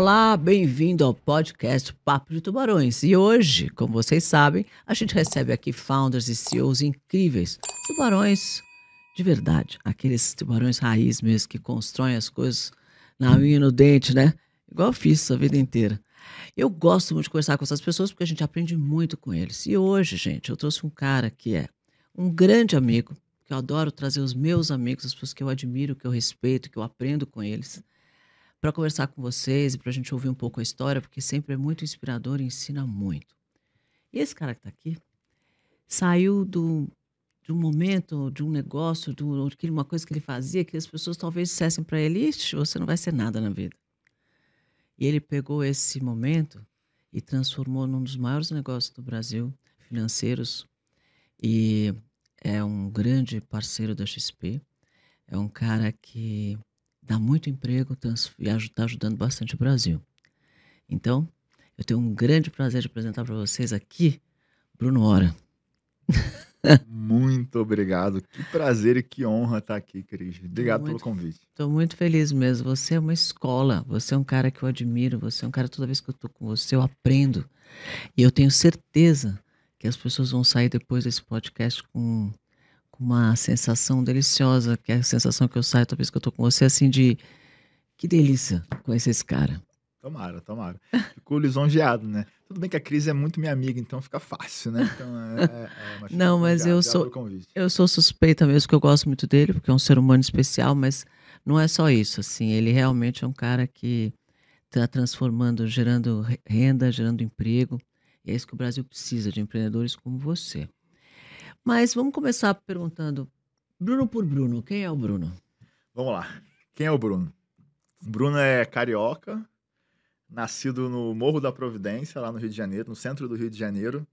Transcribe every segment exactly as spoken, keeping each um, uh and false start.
olá, bem-vindo ao podcast Papo de Tubarões. E hoje, como vocês sabem, a gente recebe aqui founders e C E Os incríveis, tubarões de verdade, aqueles tubarões raiz mesmo que constroem as coisas na unha e no dente, né? Igual eu fiz a vida inteira. Eu gosto muito de conversar com essas pessoas porque a gente aprende muito com eles. E hoje, gente, eu trouxe um cara que é um grande amigo, que eu adoro trazer os meus amigos, as pessoas que eu admiro, que eu respeito, que eu aprendo com eles, para conversar com vocês e para a gente ouvir um pouco a história, porque sempre é muito inspirador e ensina muito. E esse cara que está aqui saiu do, de um momento, de um negócio, de uma coisa que ele fazia, que as pessoas talvez dissessem para ele: ixi, você não vai ser nada na vida. E ele pegou esse momento e transformou num dos maiores negócios do Brasil, financeiros, e é um grande parceiro da X P. É um cara que dá muito emprego e está ajudando bastante o Brasil. Então, eu tenho um grande prazer de apresentar para vocês aqui, Bruno Hora. Muito obrigado. Que prazer e que honra estar aqui, Cris. Obrigado muito, pelo convite. Estou muito feliz mesmo. Você é uma escola. Você é um cara que eu admiro. Você é um cara, toda vez que eu estou com você, eu aprendo. E eu tenho certeza que as pessoas vão sair depois desse podcast com, com uma sensação deliciosa, que é a sensação que eu saio toda vez que eu estou com você, assim, de que delícia conhecer esse cara. Tomara, tomara. Fico lisonjeado, né? Tudo bem que a Cris é muito minha amiga, então fica fácil, né? Então, é, é, é, mas Não, mas eu sou, eu sou suspeita mesmo, que eu gosto muito dele, porque é um ser humano especial, mas não é só isso, assim, ele realmente é um cara que está transformando, gerando renda, gerando emprego, e é isso que o Brasil precisa, de empreendedores como você. Mas vamos começar perguntando, Bruno por Bruno, quem é o Bruno? Vamos lá, quem é o Bruno? O Bruno é carioca, nascido no Morro da Providência, lá no Rio de Janeiro, no centro do Rio de Janeiro.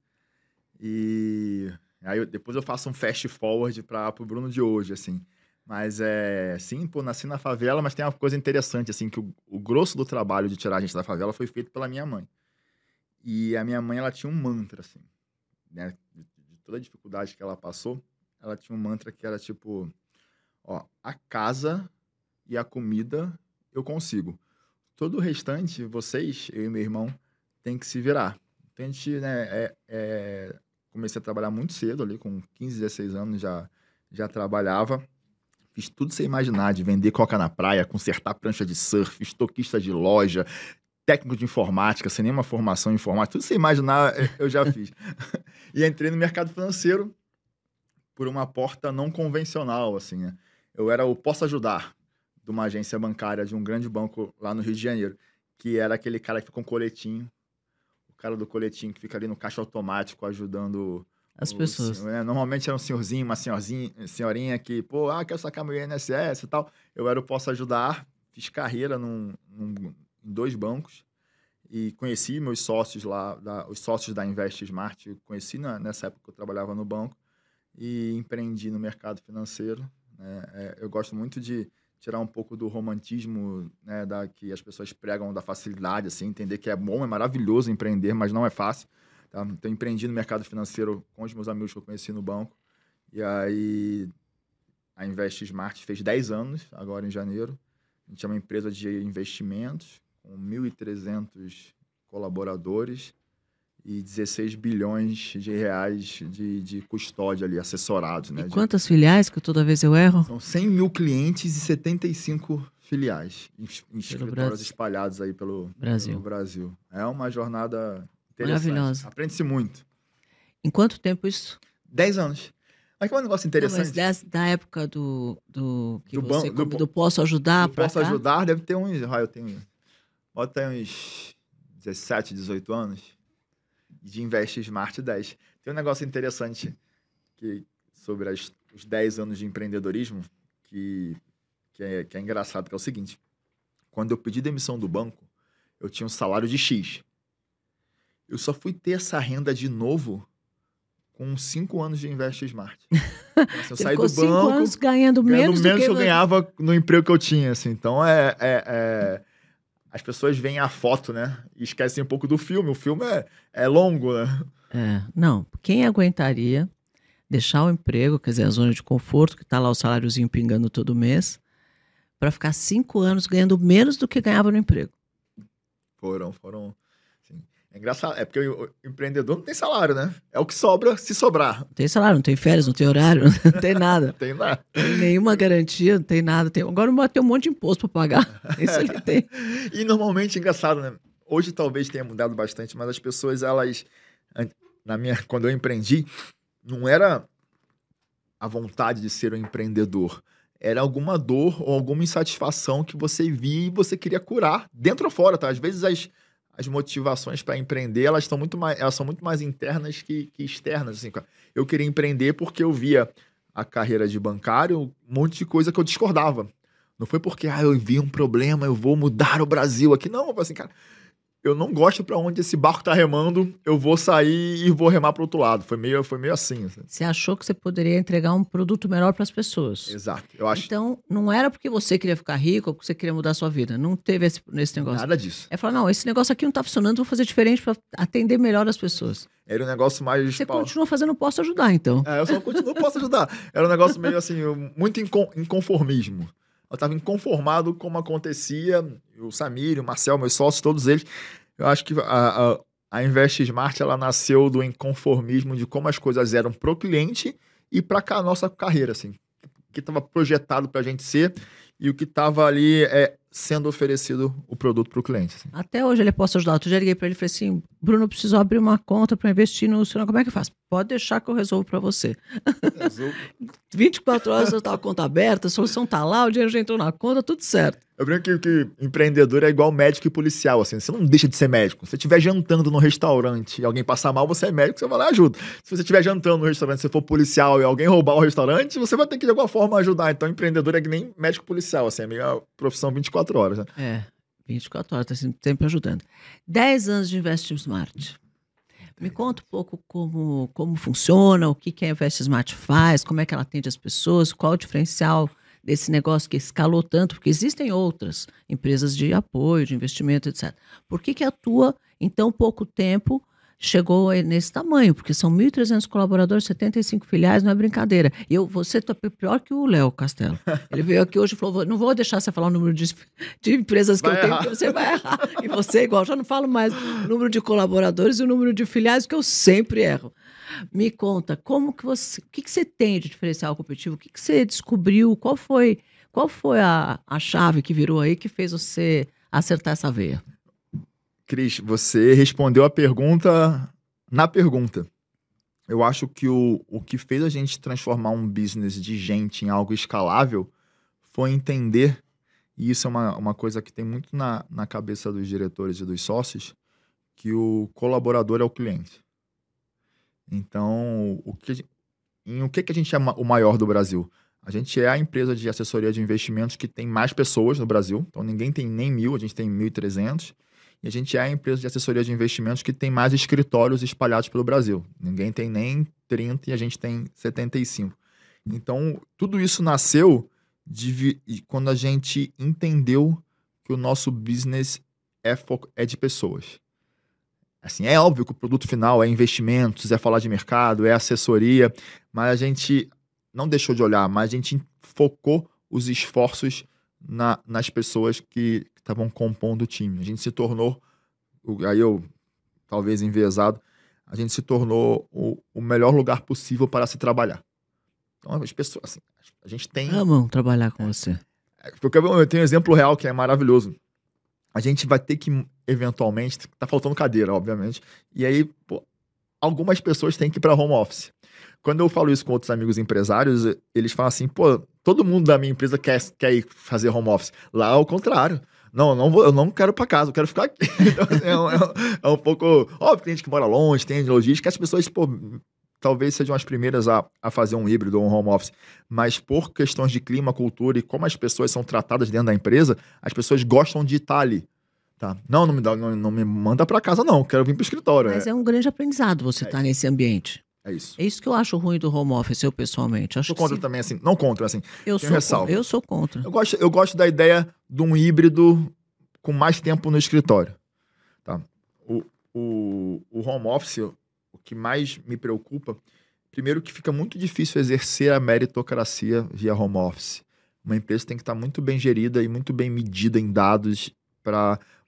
E aí eu, depois eu faço um fast forward para o Bruno de hoje, assim. Mas é, sim, pô, nasci na favela, mas tem uma coisa interessante, assim, que o, o grosso do trabalho de tirar a gente da favela foi feito pela minha mãe. E a minha mãe, ela tinha um mantra, assim, né? De, de toda a dificuldade que ela passou, ela tinha um mantra que era tipo, ó, a casa e a comida eu consigo. Todo o restante, vocês, eu e meu irmão, tem que se virar. Então, a gente, né, é, é, comecei a trabalhar muito cedo ali, com quinze, dezesseis anos já, já trabalhava. Fiz tudo sem imaginar, de vender coca na praia, consertar prancha de surf, estoquista de loja, técnico de informática, sem nenhuma formação em informática, tudo sem imaginar eu já fiz. E entrei no mercado financeiro por uma porta não convencional, assim, né? Eu era o Posso Ajudar, de uma agência bancária de um grande banco lá no Rio de Janeiro, que era aquele cara que fica com um coletinho, o cara do coletinho que fica ali no caixa automático ajudando as o, pessoas. Né? Normalmente era um senhorzinho, uma senhorzinha, senhorinha que, pô, ah, quero sacar meu I N S S e tal. Eu era o Posso Ajudar, fiz carreira num, num, em dois bancos e conheci meus sócios lá, da, os sócios da Invest Smart, conheci na, nessa época que eu trabalhava no banco e empreendi no mercado financeiro. Né? É, eu gosto muito de tirar um pouco do romantismo, né, da, que as pessoas pregam da facilidade, assim, entender que é bom, é maravilhoso empreender, mas não é fácil. Tá? Então, empreendi no mercado financeiro com os meus amigos que eu conheci no banco. E aí, a Invest Smart fez dez anos, agora em janeiro. A gente é uma empresa de investimentos, com mil e trezentos colaboradores e dezesseis bilhões de reais de, de custódia ali, assessorados. Né, e de... quantas filiais, que toda vez eu erro? São cem mil clientes e setenta e cinco filiais, em, em escritórios espalhados aí pelo Brasil. pelo Brasil. É uma jornada interessante. Maravilhosa. Aprende-se muito. Em quanto tempo isso? Dez anos. Mas que é um negócio interessante. Não, mas dessa, da época do, do que do você ban, do, do Posso Ajudar para cá? Posso Ajudar, deve ter uns... Ah, eu tenho... Bota aí uns dezessete, dezoito anos. De Invest Smart dez. Tem um negócio interessante que, sobre as, os dez anos de empreendedorismo que, que, é, que é engraçado, que é o seguinte. Quando eu pedi demissão do banco, eu tinha um salário de X. Eu só fui ter essa renda de novo com cinco anos de Invest Smart. Então, assim, eu saí do banco cinco anos ganhando, ganhando menos, menos do que... que eu ganhava no emprego que eu tinha. Assim. Então, é... é, é... As pessoas veem a foto, né? E esquecem um pouco do filme. O filme é, é longo, né? É, não. Quem aguentaria deixar o emprego, quer dizer, a zona de conforto, que está lá o saláriozinho pingando todo mês, para ficar cinco anos ganhando menos do que ganhava no emprego? Foram, foram. Assim, é engraçado, é porque o, o empreendedor não tem salário, né? É o que sobra se sobrar. Não tem salário, não tem férias, não tem horário, não tem nada. Não tem nada. Não tem nenhuma garantia, não tem nada. Tem... Agora tem um monte de imposto para pagar. Isso ele tem. E normalmente, engraçado, né? Hoje talvez tenha mudado bastante, mas as pessoas, elas... Na minha, quando eu empreendi, não era a vontade de ser um empreendedor. Era alguma dor ou alguma insatisfação que você via e você queria curar, dentro ou fora, tá? Às vezes as, as motivações para empreender, elas, estão muito mais, elas são muito mais internas que, que externas. Assim. Eu queria empreender porque eu via a carreira de bancário, um monte de coisa que eu discordava. Não foi porque ah, eu vi um problema, eu vou mudar o Brasil aqui. Não, eu falei assim, cara, eu não gosto para onde esse barco tá remando, eu vou sair e vou remar pro outro lado. Foi meio, foi meio assim, assim. Você achou que você poderia entregar um produto melhor para as pessoas. Exato. Eu acho... Então, não era porque você queria ficar rico ou porque você queria mudar a sua vida. Não teve esse, esse negócio. Nada disso. É falar, não, esse negócio aqui não tá funcionando, vou fazer diferente para atender melhor as pessoas. Era um negócio mais... Você continua fazendo, posso ajudar, então. É, eu só continuo, posso ajudar. Era um negócio meio assim, muito inconformismo. Eu estava inconformado com como acontecia. O Samir, o Marcel, meus sócios, todos eles... Eu acho que a, a, a Invest Smart, ela nasceu do inconformismo de como as coisas eram pro cliente e para a nossa carreira, assim. O que estava projetado para a gente ser e o que estava ali é, sendo oferecido o produto para o cliente. Assim. Até hoje ele posso ajudar. Eu já liguei para ele e falei assim, Bruno, eu preciso abrir uma conta para investir no seu... Como é que eu faço? Pode deixar que eu resolvo para você. Resolvo. vinte e quatro horas eu estava com a conta aberta, a solução tá lá, o dinheiro já entrou na conta, tudo certo. Eu brinco que, que empreendedor é igual médico e policial, assim. Você não deixa de ser médico. Se você estiver jantando no restaurante e alguém passar mal, você é médico, você vai lá e ajuda. Se você estiver jantando no restaurante, se você for policial e alguém roubar o restaurante, você vai ter que de alguma forma ajudar. Então, empreendedor é que nem médico policial, assim. É meio a profissão vinte e quatro horas, né? É, vinte e quatro horas, tá sempre ajudando. dez anos de Invest Smart. Me conta um pouco como, como funciona, o que, que a Invest Smart faz, como é que ela atende as pessoas, qual o diferencial desse negócio que escalou tanto, porque existem outras empresas de apoio, de investimento, etcétera. Por que que a tua, em tão pouco tempo, chegou nesse tamanho? Porque são mil e trezentos colaboradores, setenta e cinco filiais, não é brincadeira. E eu, você tá pior que o Léo Castelo. Ele veio aqui hoje e falou, não vou deixar você falar o número de, de empresas que vai eu tenho, errar. porque você vai errar. E você, igual, já não falo mais o número de colaboradores e o número de filiais, que eu sempre erro. Me conta, como que você, o que, que você tem de diferencial competitivo? O que, que você descobriu? Qual foi, qual foi a, a chave que virou aí que fez você acertar essa veia? Cris, você respondeu a pergunta na pergunta. Eu acho que o, o que fez a gente transformar um business de gente em algo escalável foi entender, e isso é uma, uma coisa que tem muito na, na cabeça dos diretores e dos sócios, que o colaborador é o cliente. Então, o que, em o que, que a gente é o maior do Brasil? A gente é a empresa de assessoria de investimentos que tem mais pessoas no Brasil. Então, ninguém tem nem mil, a gente tem mil e trezentos. E a gente é a empresa de assessoria de investimentos que tem mais escritórios espalhados pelo Brasil. Ninguém tem nem trinta e a gente tem setenta e cinco. Então, tudo isso nasceu de, quando a gente entendeu que o nosso business é, é de pessoas. Assim, é óbvio que o produto final é investimentos, é falar de mercado, é assessoria, mas a gente não deixou de olhar, mas a gente focou os esforços na, nas pessoas que estavam compondo o time. A gente se tornou, aí eu, talvez enviesado, a gente se tornou o, o melhor lugar possível para se trabalhar. Então, as pessoas, assim, a gente tem... Amam trabalhar com você. Porque eu tenho um exemplo real que é maravilhoso. A gente vai ter que, eventualmente, tá faltando cadeira, obviamente, e aí, pô, algumas pessoas têm que ir para home office. Quando eu falo isso com outros amigos empresários, eles falam assim, pô, todo mundo da minha empresa quer, quer ir fazer home office. Lá é o contrário. Não, eu não, vou, eu não quero ir para casa, eu quero ficar aqui. Então, assim, é, um, é, um, é um pouco... Óbvio, tem gente que mora longe, tem logística, as pessoas, pô, talvez sejam as primeiras a, a fazer um híbrido ou um home office, mas por questões de clima, cultura e como as pessoas são tratadas dentro da empresa, as pessoas gostam de estar ali. Tá. Não, não me, dá, não, não me manda para casa não, quero vir para o escritório. Mas é. é um grande aprendizado você estar é. tá nesse ambiente. É isso. É isso que eu acho ruim do home office, eu pessoalmente. Acho sou contra sim. também, assim, não contra, assim, eu sou ressalva. Eu sou contra. Eu gosto, eu gosto da ideia de um híbrido com mais tempo no escritório. Tá? O, o, o home office, o que mais me preocupa, primeiro que fica muito difícil exercer a meritocracia via home office. Uma empresa tem que estar muito bem gerida e muito bem medida em dados para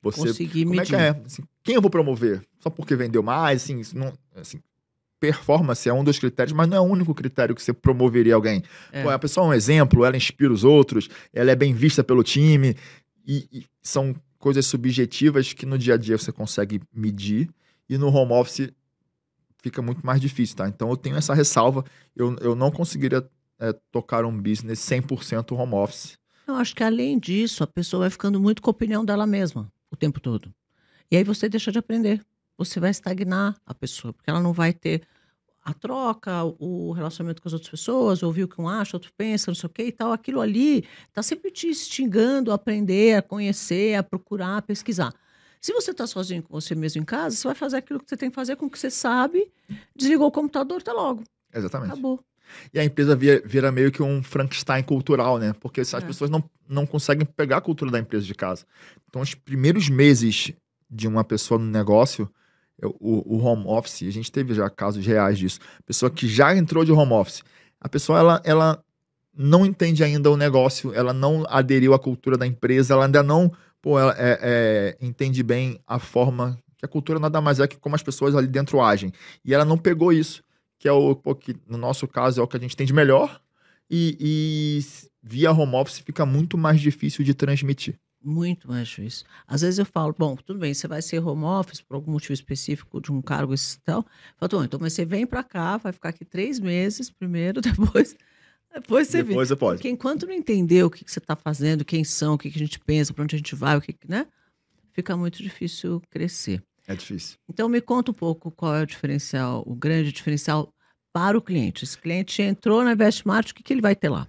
Você, Conseguir como medir. é que é? Assim, quem eu vou promover? Só porque vendeu mais? Assim, isso não, assim, performance é um dos critérios, mas não é o único critério que você promoveria alguém. É. Pô, a pessoa é um exemplo, ela inspira os outros, ela é bem vista pelo time, e, e são coisas subjetivas que no dia a dia você consegue medir, e no home office fica muito mais difícil, tá? Então eu tenho essa ressalva, eu, eu não conseguiria é, tocar um business cem por cento home office. Eu acho que além disso, a pessoa vai ficando muito com a opinião dela mesma o tempo todo. E aí você deixa de aprender. Você vai estagnar a pessoa, porque ela não vai ter a troca, o relacionamento com as outras pessoas, ouvir o que um acha, outro pensa, não sei o que e tal. Aquilo ali está sempre te instigando a aprender, a conhecer, a procurar, a pesquisar. Se você está sozinho com você mesmo em casa, você vai fazer aquilo que você tem que fazer com o que você sabe, desligou o computador, tá logo. Exatamente. Acabou. E a empresa vira, vira meio que um Frankenstein cultural, né? Porque as É. pessoas não, não conseguem pegar a cultura da empresa de casa. Então, os primeiros meses de uma pessoa no negócio, eu- o, o home office, a gente teve já casos reais disso. Pessoa que já entrou de home office. A pessoa, ela, ela não entende ainda o negócio, ela não aderiu à cultura da empresa, ela ainda não pô, ela, é, é, entende bem a forma... que a cultura nada mais é que como as pessoas ali dentro agem. E ela não pegou isso. Que é o pô, que no nosso caso é o que a gente tem de melhor, e, e via home office fica muito mais difícil de transmitir. Muito mais difícil. Às vezes eu falo, bom, tudo bem, você vai ser home office por algum motivo específico de um cargo e tal. Eu falo, "Bom, então, mas você vem para cá, vai ficar aqui três meses primeiro, depois, depois você vem. Depois você pode. Porque enquanto não entender o que, que você está fazendo, quem são, o que, que a gente pensa, para onde a gente vai, o que, que, né? Fica muito difícil crescer. É difícil. Então me conta um pouco qual é o diferencial, o grande diferencial para o cliente. Esse cliente entrou na Investmart, o que, que ele vai ter lá?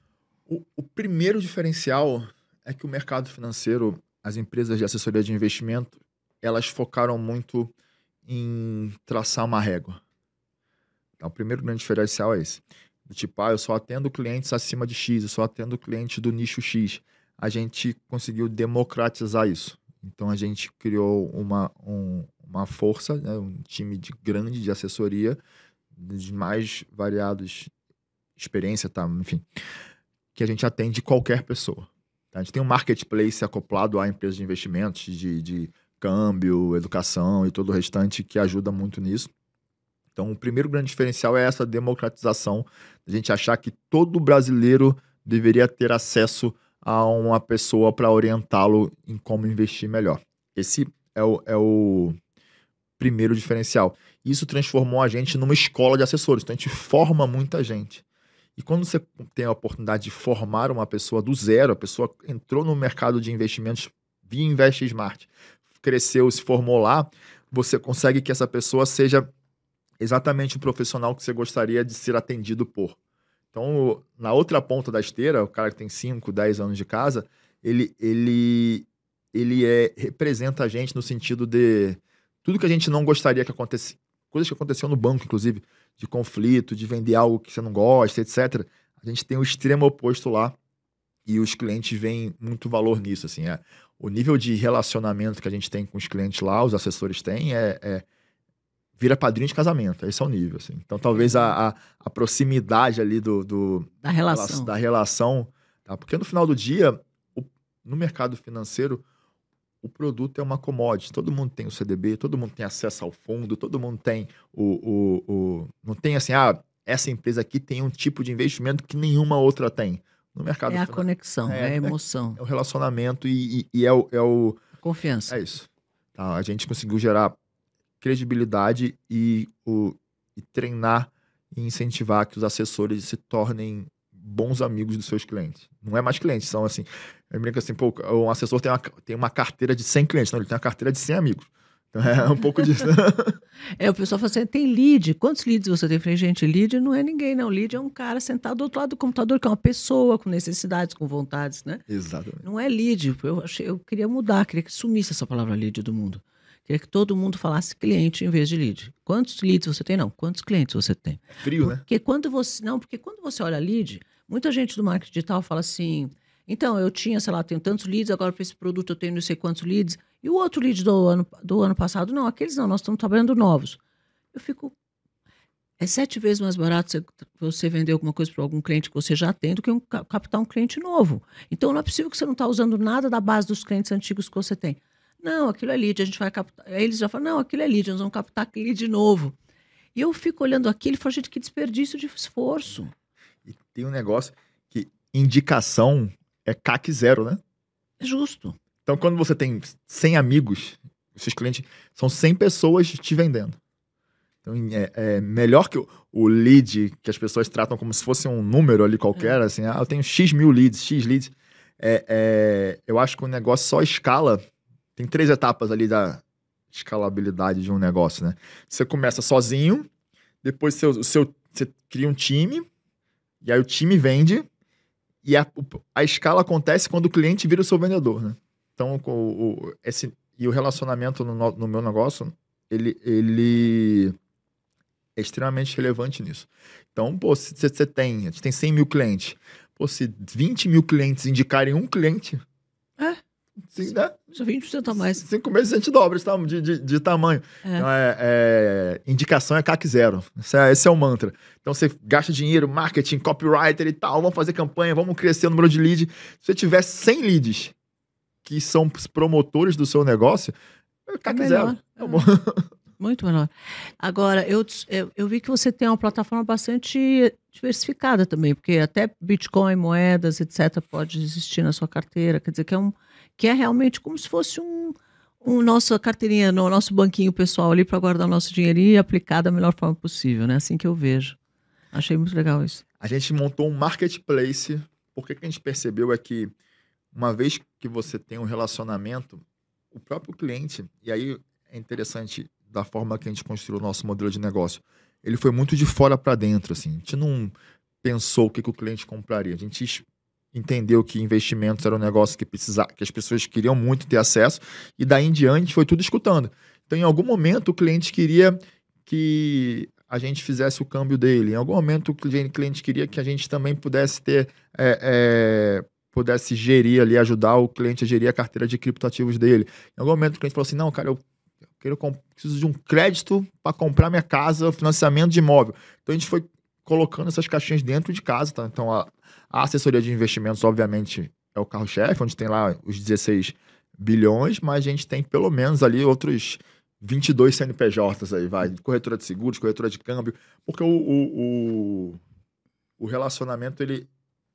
O, o primeiro diferencial é que o mercado financeiro, as empresas de assessoria de investimento, elas focaram muito em traçar uma régua. Então, o primeiro grande diferencial é esse. Do tipo, ah, eu só atendo clientes acima de X, eu só atendo clientes do nicho X. A gente conseguiu democratizar isso. Então, a gente criou uma, um, uma força, né, um time de grande de assessoria, de mais variados experiência, tá? Enfim, que a gente atende qualquer pessoa. Tá? A gente tem um marketplace acoplado à empresa de investimentos, de, de câmbio, educação e todo o restante que ajuda muito nisso. Então, o primeiro grande diferencial é essa democratização, a gente achar que todo brasileiro deveria ter acesso a uma pessoa para orientá-lo em como investir melhor. Esse é o, é o primeiro diferencial. Isso transformou a gente numa escola de assessores. Então, a gente forma muita gente. E quando você tem a oportunidade de formar uma pessoa do zero, a pessoa entrou no mercado de investimentos via Invest Smart, cresceu, se formou lá, você consegue que essa pessoa seja exatamente o profissional que você gostaria de ser atendido por. Então, na outra ponta da esteira, o cara que tem cinco, dez anos de casa, ele, ele, ele é, representa a gente no sentido de tudo que a gente não gostaria que acontecesse, coisas que aconteciam no banco, inclusive, de conflito, de vender algo que você não gosta, etcétera. A gente tem o extremo oposto lá e os clientes veem muito valor nisso. Assim, é, o nível de relacionamento que a gente tem com os clientes lá, os assessores têm, é, é vira padrinho de casamento. Esse é o nível. Assim. Então, talvez a, a, a proximidade ali do, do, Da relação. da relação, tá? Porque no final do dia, o, no mercado financeiro, o produto é uma commodity. Todo mundo tem o C D B, todo mundo tem acesso ao fundo, todo mundo tem o... o, o não tem assim, ah, essa empresa aqui tem um tipo de investimento que nenhuma outra tem. No mercado É a finan- conexão, é, é, a emoção, é o relacionamento e, e, e é, o, é o... a confiança. É isso. Tá? A gente conseguiu gerar credibilidade e, o, e treinar e incentivar que os assessores se tornem bons amigos dos seus clientes. Não é mais clientes, são assim... Eu brinco assim, pô, um assessor tem uma, tem uma carteira de cem clientes, não, ele tem uma carteira de cem amigos. Então é um pouco disso. É, o pessoal fala assim, tem lead. Quantos leads você tem? Eu falei, gente, lead não é ninguém, não. Lead é um cara sentado do outro lado do computador, que é uma pessoa com necessidades, com vontades, né? Exatamente. Não é lead. Eu, achei, eu queria mudar, queria que sumisse essa palavra lead do mundo. Queria que todo mundo falasse cliente em vez de lead. Quantos leads você tem? Não. Quantos clientes você tem? É frio, né? Porque quando você, não, porque quando você olha lead, muita gente do marketing digital fala assim, então, eu tinha, sei lá, tenho tantos leads, agora para esse produto eu tenho não sei quantos leads, e o outro lead do ano, do ano passado, não, aqueles não, nós estamos trabalhando novos. Eu fico, é sete vezes mais barato você, você vender alguma coisa para algum cliente que você já tem do que um, captar um cliente novo. Então, não é possível que você não está usando nada da base dos clientes antigos que você tem. Não, aquilo é lead, a gente vai captar. Aí eles já falam, não, aquilo é lead, nós vamos captar aquele lead de novo. E eu fico olhando aquilo e falo, gente, que desperdício de esforço. E tem um negócio que indicação é C A C zero, né? É justo. Então, quando você tem cem amigos, os seus clientes são cem pessoas te vendendo. Então, é, é melhor que o, o lead, que as pessoas tratam como se fosse um número ali qualquer, é. assim, ah, eu tenho X mil leads, X leads. É, é, eu acho que o negócio só escala. Tem três etapas ali da escalabilidade de um negócio, né? Você começa sozinho, depois seu, o seu, você cria um time, e aí o time vende, e a, a escala acontece quando o cliente vira o seu vendedor, né? Então, o, o, esse, e o relacionamento no, no meu negócio, ele, ele é extremamente relevante nisso. Então, pô, se você tem, a gente tem cem mil clientes, pô, se vinte mil clientes indicarem um cliente... É. Sim, né? Já vinte por cento a mais. Cinco meses a gente dobra de, de, de tamanho. É. Então, é, é, indicação é C A C zero. Esse é, esse é o mantra. Então, você gasta dinheiro, marketing, copywriter e tal, vamos fazer campanha, vamos crescer o número de leads. Se você tiver cem leads que são os promotores do seu negócio, é C A C É zero. melhor. É bom. Muito menor. Agora, eu, eu, eu vi que você tem uma plataforma bastante diversificada também, porque até Bitcoin, moedas, etcétera, pode existir na sua carteira. Quer dizer, que é, um, que é realmente como se fosse um, um nossa carteirinha, no nosso banquinho pessoal ali para guardar o nosso dinheirinho e aplicar da melhor forma possível, né? Assim que eu vejo. Achei muito legal isso. A gente montou um marketplace. Porque o que a gente percebeu é que uma vez que você tem um relacionamento, o próprio cliente, e aí é interessante da forma que a gente construiu o nosso modelo de negócio, ele foi muito de fora para dentro, assim. A gente não pensou o que, que o cliente compraria. A gente entendeu que investimentos era um negócio que precisava, que as pessoas queriam muito ter acesso, e daí em diante foi tudo escutando. Então, em algum momento, o cliente queria que a gente fizesse o câmbio dele. Em algum momento, o cliente queria que a gente também pudesse ter... É, é, pudesse gerir ali, ajudar o cliente a gerir a carteira de criptoativos dele. Em algum momento, o cliente falou assim, não, cara, eu Eu preciso de um crédito para comprar minha casa, financiamento de imóvel. Então, a gente foi colocando essas caixinhas dentro de casa. Tá? Então, a, a assessoria de investimentos, obviamente, é o carro-chefe, onde tem lá os dezesseis bilhões, mas a gente tem pelo menos ali outros vinte e dois C N P Js aí, vai. Corretora de seguros, corretora de câmbio. Porque o, o, o, o relacionamento, ele,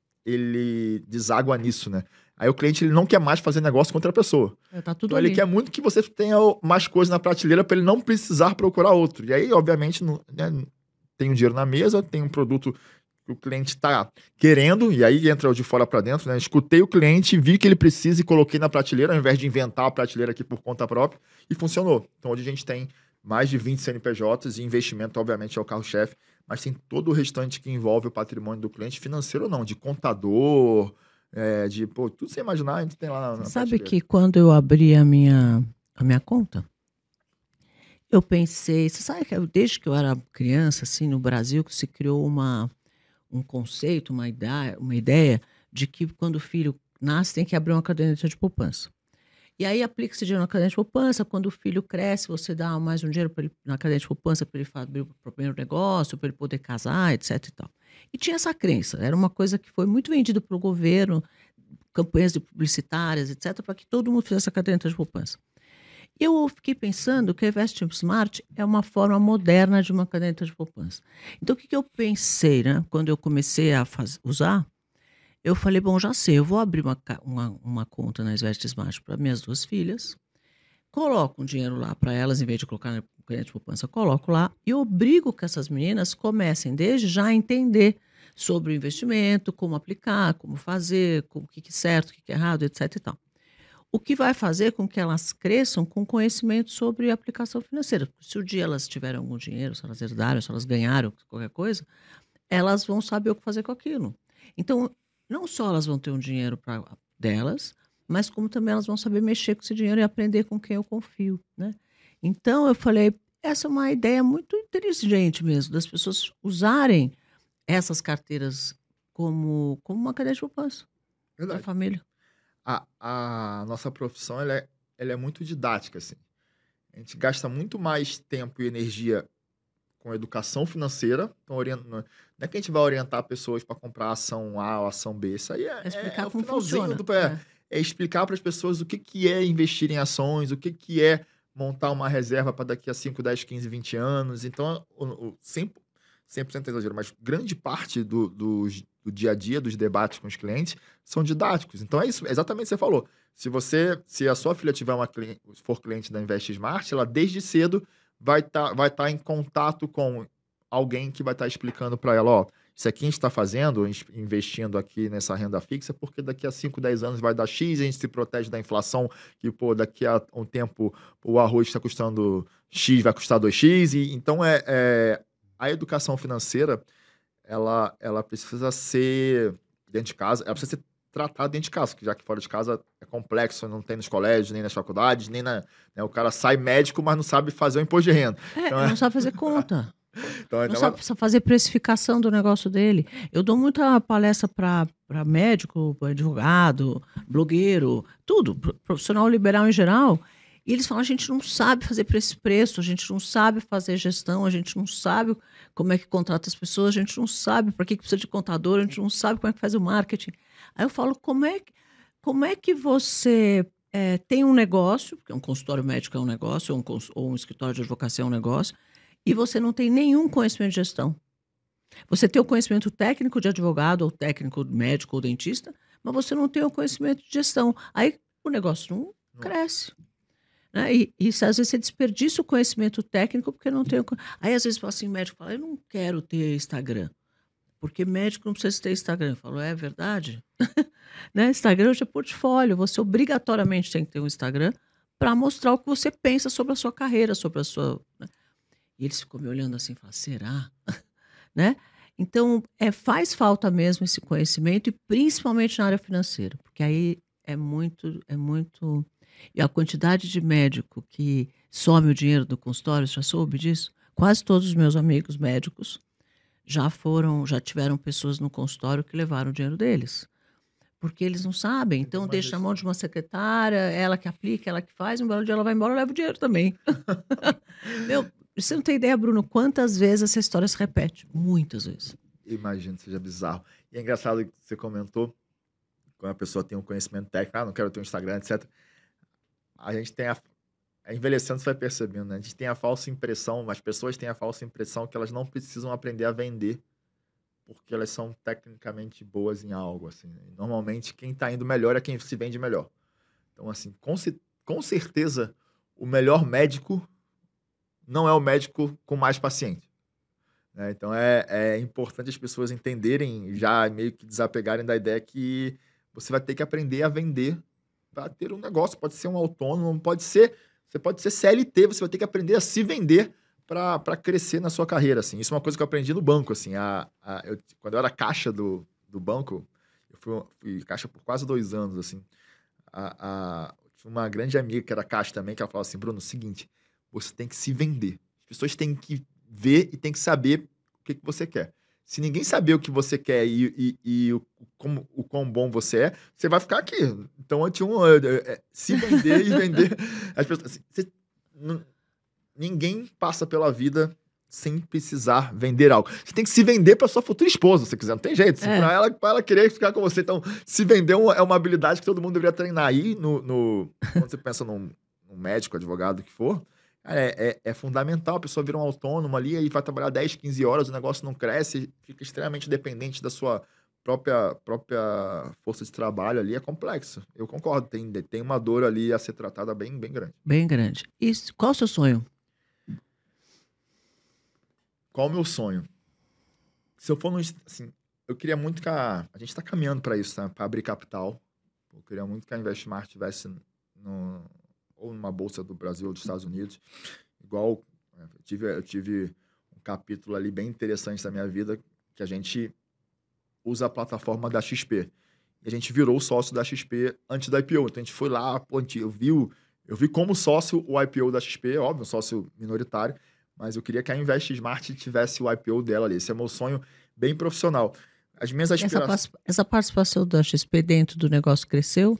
ele deságua nisso, né? Aí o cliente ele não quer mais fazer negócio com outra pessoa. É, tá tudo então ali. Ele quer muito que você tenha mais coisas na prateleira para ele não precisar procurar outro. E aí, obviamente, não, né, tem um dinheiro na mesa, tem um produto que o cliente está querendo, e aí entra o de fora para dentro, né? Escutei o cliente, vi que ele precisa e coloquei na prateleira, ao invés de inventar a prateleira aqui por conta própria, e funcionou. Então, hoje a gente tem mais de vinte C N P Js e investimento, obviamente, é o carro-chefe, mas tem todo o restante que envolve o patrimônio do cliente, financeiro ou não, de contador... É, de, pô, tudo sem imaginar, a gente tem lá na Sabe prateleira. que quando eu abri a minha, a minha conta, eu pensei, você sabe que eu, desde que eu era criança, assim, no Brasil, que se criou uma, um conceito, uma ideia, uma ideia de que quando o filho nasce tem que abrir uma caderneta de poupança. E aí aplica-se dinheiro na caderneta de poupança, quando o filho cresce, você dá mais um dinheiro pra ele, na caderneta de poupança para ele abrir o primeiro negócio, para ele poder casar, etc e tal. E tinha essa crença, era uma coisa que foi muito vendida para o governo, campanhas de publicitárias, etcétera, para que todo mundo fizesse a caderneta de poupança. E eu fiquei pensando que a Invest Smart é uma forma moderna de uma caderneta de poupança. Então, o que, que eu pensei, né? Quando eu comecei a faz, usar, eu falei, bom, já sei, eu vou abrir uma, uma, uma conta na Invest Smart para minhas duas filhas, coloco um dinheiro lá para elas, em vez de colocar na caderneta de poupança, eu coloco lá e obrigo que essas meninas comecem desde já a entender sobre o investimento, como aplicar, como fazer, o que é certo, o que é errado, etc e tal. O que vai fazer com que elas cresçam com conhecimento sobre aplicação financeira. Se o dia elas tiverem algum dinheiro, se elas herdaram, se elas ganharam qualquer coisa, elas vão saber o que fazer com aquilo. Então, não só elas vão ter um dinheiro pra, delas, mas como também elas vão saber mexer com esse dinheiro e aprender com quem eu confio, né? Então, eu falei, essa é uma ideia muito inteligente mesmo, das pessoas usarem essas carteiras como, como uma cadeia de poupança da família. A, a nossa profissão ela é, ela é muito didática, assim. A gente gasta muito mais tempo e energia com educação financeira. Então, orient... não é que a gente vai orientar pessoas para comprar ação A ou ação B. Isso aí é, É explicar é o como finalzinho funciona. do pé. é explicar para as pessoas o que, que é investir em ações, o que, que é montar uma reserva para daqui a cinco, dez, quinze, vinte anos. Então, o, o cem por cento, cem por cento é exagero, mas grande parte do, do, do dia a dia, dos debates com os clientes, são didáticos. Então, é isso, é exatamente o que você falou. Se você, se a sua filha tiver uma, for cliente da Invest Smart, ela desde cedo vai estar vai tá em contato com alguém que vai estar tá explicando para ela, ó, isso aqui a gente está fazendo, investindo aqui nessa renda fixa, porque daqui a cinco, dez anos vai dar X, a gente se protege da inflação, que pô, daqui a um tempo o arroz está custando X, vai custar dois x. E, então, é, é, a educação financeira, ela, ela precisa ser dentro de casa, ela precisa ser tratada dentro de casa, já que fora de casa é complexo, não tem nos colégios, nem nas faculdades, nem na... Né, o cara sai médico, mas não sabe fazer o imposto de renda. É, então, não é... sabe fazer conta. Então, não sabe fazer precificação do negócio dele. Eu dou muita palestra para médico, pra advogado, blogueiro, tudo, profissional liberal em geral. E eles falam, a gente não sabe fazer esse preço, a gente não sabe fazer gestão, a gente não sabe como é que contrata as pessoas, a gente não sabe para que precisa de contador, a gente não sabe como é que faz o marketing. Aí eu falo, como é que, como é que você é, tem um negócio, porque um consultório médico é um negócio, ou um, ou um escritório de advocacia é um negócio, e você não tem nenhum conhecimento de gestão. Você tem o conhecimento técnico de advogado, ou técnico médico, ou dentista, mas você não tem o conhecimento de gestão. Aí o negócio não, não. cresce. Né? E, e às vezes você desperdiça o conhecimento técnico porque não tem o... Aí às vezes fala assim, médico fala, eu não quero ter Instagram, porque médico não precisa ter Instagram. Eu falo, é verdade? Né? Instagram hoje é portfólio, você obrigatoriamente tem que ter um Instagram para mostrar o que você pensa sobre a sua carreira, sobre a sua... Né? E eles ficam me olhando assim e falam, será? Né? Então, é, faz falta mesmo esse conhecimento, e principalmente na área financeira, porque aí é muito, é muito... E a quantidade de médico que some o dinheiro do consultório, já soube disso? Quase todos os meus amigos médicos já foram, já tiveram pessoas no consultório que levaram o dinheiro deles. Porque eles não sabem, então deixa na mão de uma secretária, ela que aplica, ela que faz, um belo dia ela vai embora, leva o dinheiro também. Meu, você não tem ideia, Bruno, quantas vezes essa história se repete? Muitas vezes. Imagino que seja bizarro. E é engraçado que você comentou, quando a pessoa tem um conhecimento técnico, ah, não quero ter um Instagram, etcétera. A gente tem a... Envelhecendo, você vai percebendo, né? A gente tem a falsa impressão, as pessoas têm a falsa impressão que elas não precisam aprender a vender, porque elas são tecnicamente boas em algo, assim. Né? Normalmente, quem está indo melhor é quem se vende melhor. Então, assim, com, com certeza, o melhor médico não é o médico com mais paciente. Né? Então, é, é importante as pessoas entenderem, já meio que desapegarem da ideia que você vai ter que aprender a vender para ter um negócio. Pode ser um autônomo, pode ser... Você pode ser C L T, você vai ter que aprender a se vender para crescer na sua carreira, assim. Isso é uma coisa que eu aprendi no banco, assim. A, a, eu, quando eu era caixa do, do banco, eu fui, fui caixa por quase dois anos, assim. A, a, tinha uma grande amiga que era caixa também, que ela falava assim, Bruno, é o seguinte, você tem que se vender. As pessoas têm que ver e têm que saber o que, que você quer. Se ninguém saber o que você quer e, e, e o, como, o quão bom você é, você vai ficar aqui. Então, eu tinha um... É, se vender e vender... As pessoas, assim, você, não, ninguém passa pela vida sem precisar vender algo. Você tem que se vender para sua futura esposa, se quiser. Não tem jeito. É. Para ela, ela querer ficar com você. Então, se vender é uma habilidade que todo mundo deveria treinar. Aí, no, no, quando você pensa num, num médico, advogado, que for... É, é, é fundamental, a pessoa vira um autônomo ali e vai trabalhar dez, quinze horas, o negócio não cresce, fica extremamente dependente da sua própria, própria força de trabalho ali, é complexo. Eu concordo, tem, tem uma dor ali a ser tratada bem, bem grande. Bem grande. E qual o seu sonho? Qual o meu sonho? Se eu for no... Assim, eu queria muito que a... A gente está caminhando para isso, né? Para abrir capital. Eu queria muito que a Investmart tivesse no... ou numa bolsa do Brasil ou dos Estados Unidos. Igual, eu tive, eu tive um capítulo ali bem interessante da minha vida, que a gente usa a plataforma da X P. E a gente virou sócio da X P antes da I P O. Então, a gente foi lá, pô, eu vi, eu vi como sócio o I P O da X P, óbvio, um sócio minoritário, mas eu queria que a Invest Smart tivesse o I P O dela ali. Esse é meu sonho bem profissional. As minhas aspirações... Essa, essa participação da X P dentro do negócio cresceu?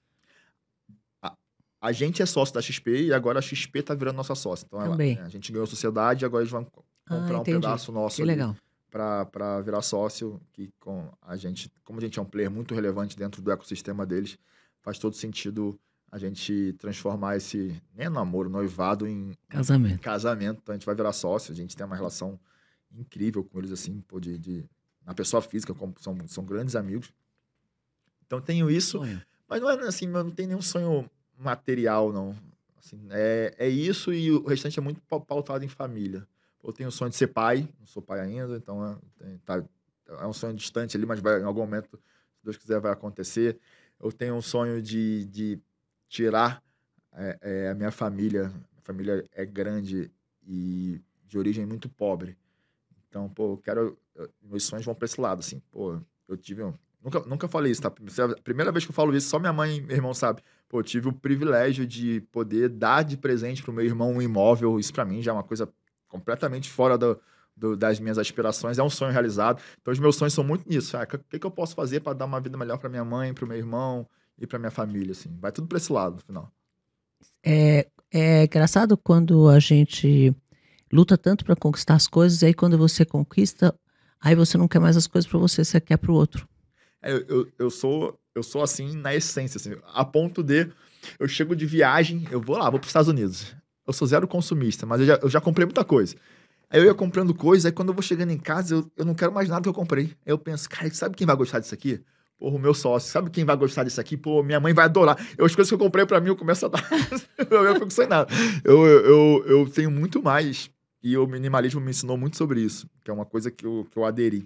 A gente é sócio da X P e agora a X P tá virando nossa sócia. Então, ela, né, a gente ganhou a sociedade e agora eles vão comprar ah, um pedaço nosso para virar sócio, que com a gente, como a gente é um player muito relevante dentro do ecossistema deles, faz todo sentido a gente transformar esse, nem namoro, noivado em Casamento. casamento. Então a gente vai virar sócio, a gente tem uma relação incrível com eles, assim, pô, de, de, na pessoa física, como são, são grandes amigos. Então tenho isso, Sonho. mas não é assim, eu não tenho nenhum sonho material, não. Assim, é, é isso e o restante é muito pau- pautado em família. Eu tenho o sonho de ser pai, não sou pai ainda, então é, tem- tá, é um sonho distante ali, mas vai, em algum momento, se Deus quiser, vai acontecer. Eu tenho um sonho de, de tirar é, é, a minha família. Minha família é grande e de origem muito pobre. Então, pô, eu quero. eu- meus sonhos vão pra esse lado, assim. Pô, eu tive um. Nunca, nunca falei isso, tá? Isso é a primeira vez que eu falo isso, só minha mãe e meu irmão sabem. Pô, eu tive o privilégio de poder dar de presente pro meu irmão um imóvel. Isso pra mim já é uma coisa completamente fora do, do- das minhas aspirações. É um sonho realizado. Então, os meus sonhos são muito nisso. Ah, o que, que eu posso fazer para dar uma vida melhor pra minha mãe, pro meu irmão e pra minha família, assim. Vai tudo pra esse lado, no final. É, é engraçado quando a gente luta tanto para conquistar as coisas, e aí quando você conquista, aí você não quer mais as coisas para você, você quer para o outro. É, eu, eu, eu sou eu sou assim na essência, assim, a ponto de eu chego de viagem, eu vou lá, vou para os Estados Unidos. Eu sou zero consumista, mas eu já, eu já comprei muita coisa. Aí eu ia comprando coisa, aí quando eu vou chegando em casa, eu, eu não quero mais nada que eu comprei. Aí eu penso, cara, sabe quem vai gostar disso aqui? Porra, o meu sócio. Sabe quem vai gostar disso aqui? Pô, minha mãe vai adorar. Eu, as coisas que eu comprei pra mim, eu começo a dar. eu, eu fico sem nada. Eu, eu, eu, eu tenho muito mais. E o minimalismo me ensinou muito sobre isso, que é uma coisa que eu, que eu aderi.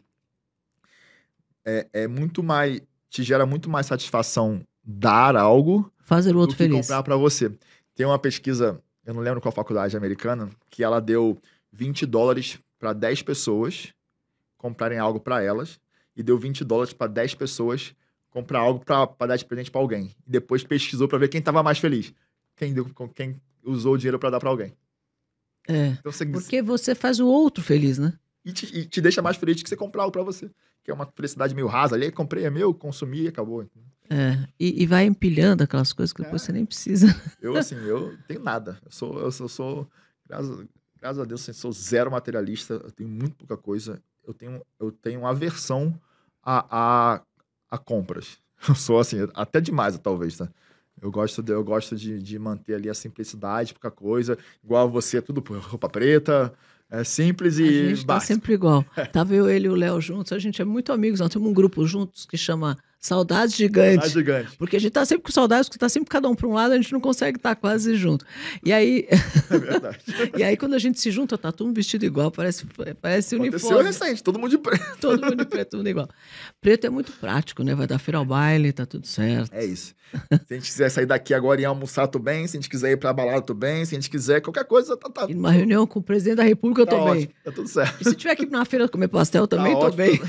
É, é muito mais. Te gera muito mais satisfação dar algo Fazer o do outro que feliz. comprar pra você. Tem uma pesquisa, eu não lembro qual faculdade americana, que ela deu vinte dólares pra dez pessoas comprarem algo pra elas e deu vinte dólares pra dez pessoas comprar algo pra pra dar de presente pra alguém. E depois pesquisou pra ver quem tava mais feliz. Quem, deu, quem usou o dinheiro pra dar pra alguém. É, Então você, porque você faz o outro feliz, né? e, te, e te deixa mais feliz que você comprar algo pra você. Que é uma felicidade meio rasa ali. Comprei, é meu, consumi e acabou. É, e, e vai empilhando aquelas coisas que depois É. você nem precisa. Eu, assim, eu tenho nada. Eu sou, eu sou, sou graças, graças a Deus, assim, sou zero materialista. Eu tenho muito pouca coisa. Eu tenho, eu tenho aversão a, a, a compras. Eu sou, assim, até demais, talvez, tá? Eu gosto, de, eu gosto de, de manter ali a simplicidade, pouca coisa. Igual você, tudo por roupa preta. É simples A e gente tá básico. sempre igual. Tava eu, ele e o Léo juntos, a gente é muito amigos, nós temos um grupo juntos que chama Saudades Tá Gigantes. gigante. Porque a gente tá sempre com saudades, porque tá sempre cada um para um lado, a gente não consegue estar quase junto. E aí, É verdade. e aí quando a gente se junta, tá todo mundo vestido igual, parece, parece Aconteceu uniforme. recente, todo mundo de preto. Todo mundo de preto, todo mundo igual. Preto é muito prático, né? Vai dar feira ao baile, tá tudo certo. É isso. Se a gente quiser sair daqui agora e almoçar, tudo bem. Se a gente quiser ir pra balada, tudo bem. Se a gente quiser qualquer coisa, tá, tá, E numa reunião com o presidente da República, eu tá tô ótimo. bem. Tá tudo certo. E se tiver que ir na feira comer pastel, Tá também tô ótimo. bem.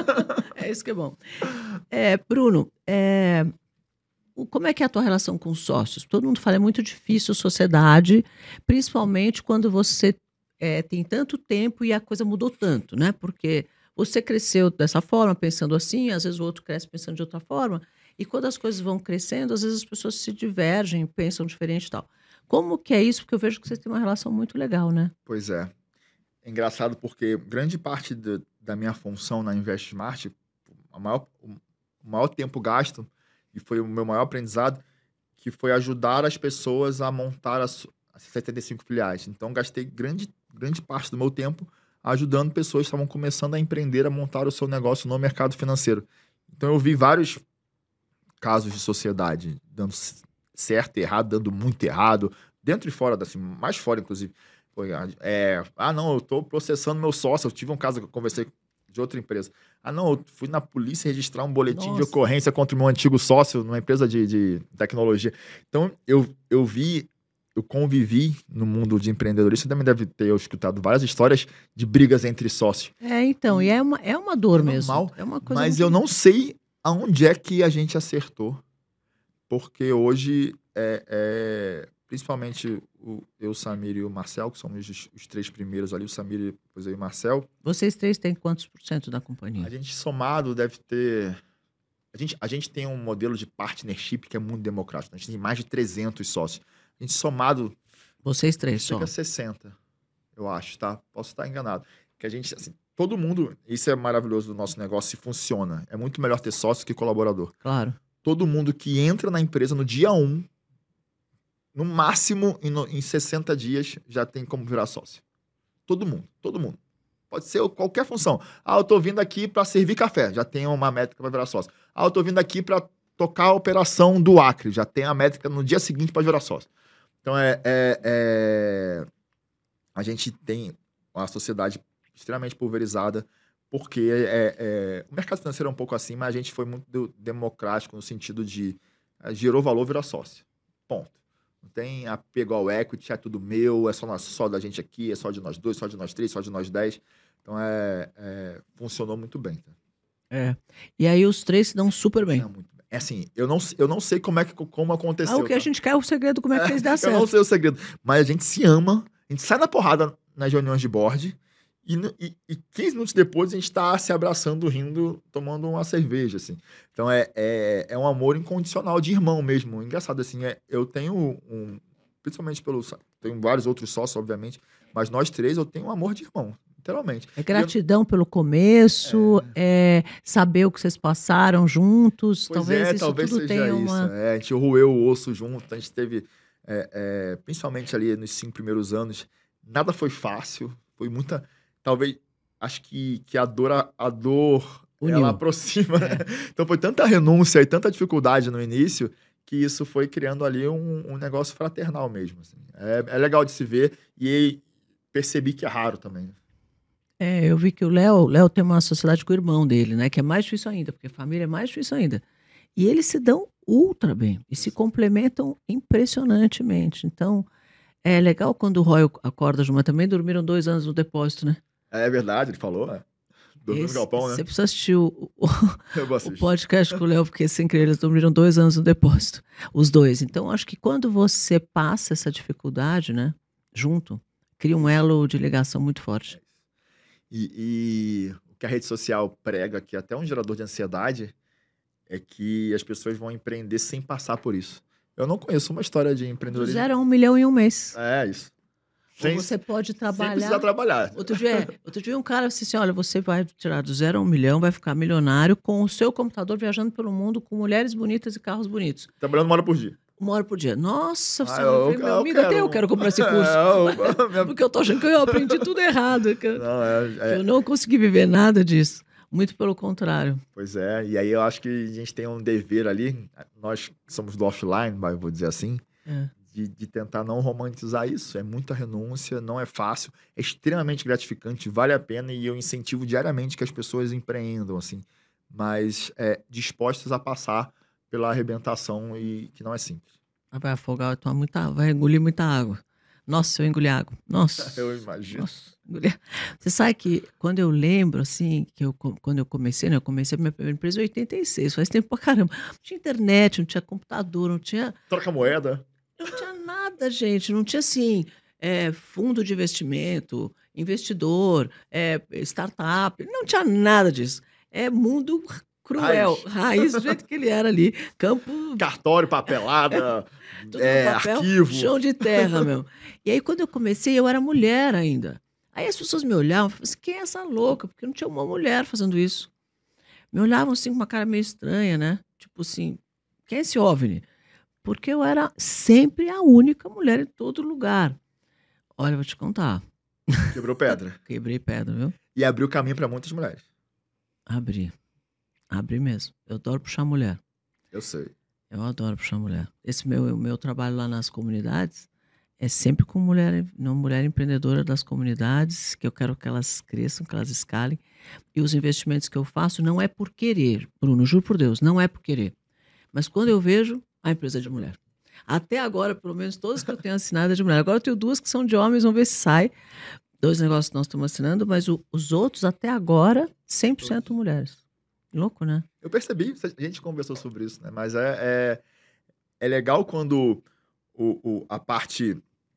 É isso que é bom. É, Bruno, é, o- como é que é a tua relação com os sócios? Todo mundo fala, é muito difícil sociedade, principalmente quando você é, tem tanto tempo e a coisa mudou tanto, né? Porque você cresceu dessa forma, pensando assim, às vezes o outro cresce pensando de outra forma, e quando as coisas vão crescendo, às vezes as pessoas se divergem, pensam diferente e tal. Como que é isso? Porque eu vejo que vocês têm uma relação muito legal, né? Pois é. É engraçado porque grande parte do- da minha função na Invest Smart, a maior, o maior tempo gasto, e foi o meu maior aprendizado, que foi ajudar as pessoas a montar as, as setenta e cinco filiais. Então, gastei grande, grande parte do meu tempo ajudando pessoas que estavam começando a empreender, a montar o seu negócio no mercado financeiro. Então, eu vi vários casos de sociedade dando c- certo e errado, dando muito errado, dentro e fora, assim, mais fora, inclusive. Foi, ah, é, ah, não, eu estou processando meu sócio. Eu tive um caso que eu conversei de outra empresa. Ah, não, eu fui na polícia registrar um boletim de Nossa. ocorrência contra o meu antigo sócio numa empresa de, de tecnologia. Então, eu, eu vi, eu convivi no mundo de empreendedorismo. Você também deve ter escutado várias histórias de brigas entre sócios. É, então, e é uma, é uma dor É mesmo. normal, É uma coisa Mas muito- eu não sei aonde é que a gente acertou. Porque hoje, é, é, principalmente o, eu, o Samir e o Marcel, que somos os, os três primeiros ali, o Samir, depois eu e o Marcel, Vocês três têm quantos por cento da companhia? a gente somado deve ter... A gente, a gente tem um modelo de partnership que é muito democrático. A gente tem mais de trezentos sócios. A gente somado Vocês três só. chega a sessenta, eu acho, tá? Posso estar enganado. Que a gente, assim, todo mundo... Isso é maravilhoso do nosso negócio, se funciona. É muito melhor ter sócio que colaborador. Claro. todo mundo que entra na empresa no dia um, no máximo em, no, em sessenta dias, já tem como virar sócio. Todo mundo, todo mundo. Pode ser qualquer função. Ah, eu tô vindo aqui para servir café, já tem uma métrica para virar sócio. Ah, eu tô vindo aqui para tocar a operação do Acre, já tem a métrica no dia seguinte para virar sócio. Então, é, é, é... a gente tem uma sociedade extremamente pulverizada, porque é, é... o mercado financeiro é um pouco assim, mas a gente foi muito democrático no sentido de é, gerou valor, vira sócio. Ponto. Não tem apego ao equity, é tudo meu, é só, só da gente aqui, é só de nós dois, só de nós três, só de nós dez. Então, é, é, funcionou muito bem. Tá? É. E aí os três se dão super bem. Muito bem. É assim, eu não, eu não sei como, é que, como aconteceu. Ah, o que tá? a gente quer é o segredo, como é que eles dão certo. Eu não sei o segredo, mas a gente se ama, a gente sai na porrada nas reuniões de board e, e, e quinze minutos depois a gente tá se abraçando, rindo, tomando uma cerveja, assim. Então, é, é, é um amor incondicional de irmão mesmo. Engraçado, assim, é, eu tenho um... Principalmente pelo... Tenho vários outros sócios, obviamente, mas nós três eu tenho um amor de irmão. Literalmente. É gratidão eu... pelo começo, é... é saber o que vocês passaram juntos. Pois talvez é, isso talvez tudo seja tenha isso. uma... É, a gente roeu o osso junto, a gente teve, é, é, principalmente ali nos cinco primeiros anos, nada foi fácil, foi muita... Talvez, acho que, que a dor, a, a dor ela aproxima. É. Então foi tanta renúncia e tanta dificuldade no início que isso foi criando ali um, um negócio fraternal mesmo. Assim. É, é legal de se ver e percebi que é raro também. É, eu vi que o Léo, o Léo tem uma sociedade com o irmão dele, né? Que é mais difícil ainda, porque família é mais difícil ainda. E eles se dão ultra bem e se complementam impressionantemente. Então, é legal quando o Roy acorda, Juma, também dormiram dois anos no depósito, né? É verdade, ele falou, né? Dormiu no galpão, né? Você precisa assistir o, o, o podcast com o Léo, porque sem querer eles dormiram dois anos no depósito, os dois. Então, acho que quando você passa essa dificuldade, né, junto, cria um elo de ligação muito forte. E, e o que a rede social prega, que é até um gerador de ansiedade, é que as pessoas vão empreender sem passar por isso. Eu não conheço uma história de empreendedorismo. Zero a um milhão em um mês. É, isso. Sem, Ou você pode trabalhar... Sem precisar trabalhar. Outro dia, outro dia um cara disse assim, olha, você vai tirar do zero a um milhão, vai ficar milionário com o seu computador viajando pelo mundo com mulheres bonitas e carros bonitos. Trabalhando uma hora por dia. Uma hora por dia. Nossa, você ah, eu, falei, meu eu amigo, quero... até eu quero comprar esse curso. É, eu, Porque eu tô achando que eu aprendi tudo errado. Que não, é, é... Eu não consegui viver nada disso. Muito pelo contrário. Pois é, e aí eu acho que a gente tem um dever ali, nós que somos do offline, vou dizer assim, é. de, de tentar não romantizar isso. É muita renúncia, não é fácil, é extremamente gratificante, vale a pena e eu incentivo diariamente que as pessoas empreendam, assim, mas é, dispostas a passar pela arrebentação e que não é simples. Vai afogar, vai tomar muita, vai engolir muita água. Nossa, eu engoli água. Nossa. Eu imagino. Nossa, engoli. Você sabe que quando eu lembro, assim, que eu, quando eu comecei, né? Eu comecei a minha primeira empresa em oitenta e seis, faz tempo pra caramba. Não tinha internet, não tinha computador, não tinha... Troca moeda. Não tinha nada, gente. Não tinha, assim, é, fundo de investimento, investidor, é, startup. Não tinha nada disso. É mundo cruel. Raiz, raiz do jeito que ele era ali. Campo... Cartório, papelada... Tudo é, papel, arquivo. Chão de terra, meu. E aí, quando eu comecei, eu era mulher ainda. Aí as pessoas me olhavam e falavam assim, quem é essa louca? Porque não tinha uma mulher fazendo isso. Me olhavam assim com uma cara meio estranha, né? Tipo assim, quem é esse OVNI? Porque eu era sempre a única mulher em todo lugar. Olha, eu vou te contar. Quebrou pedra. Quebrei pedra, viu? E abriu caminho para muitas mulheres. Abri. Abri mesmo. Eu adoro puxar mulher. Eu sei. Eu adoro puxar mulher. Esse meu, meu trabalho lá nas comunidades é sempre com mulher, uma mulher empreendedora das comunidades, que eu quero que elas cresçam, que elas escalem. E os investimentos que eu faço não é por querer, Bruno, juro por Deus, não é por querer. Mas quando eu vejo, a empresa é de mulher. Até agora, pelo menos todas que eu tenho assinado é de mulher. Agora eu tenho duas que são de homens, vamos ver se sai. Dois negócios que nós estamos assinando, mas o, os outros, até agora, cem por cento mulheres. Louco, né? Eu percebi, a gente conversou sobre isso, né? Mas é, é, é legal quando o, o, a parte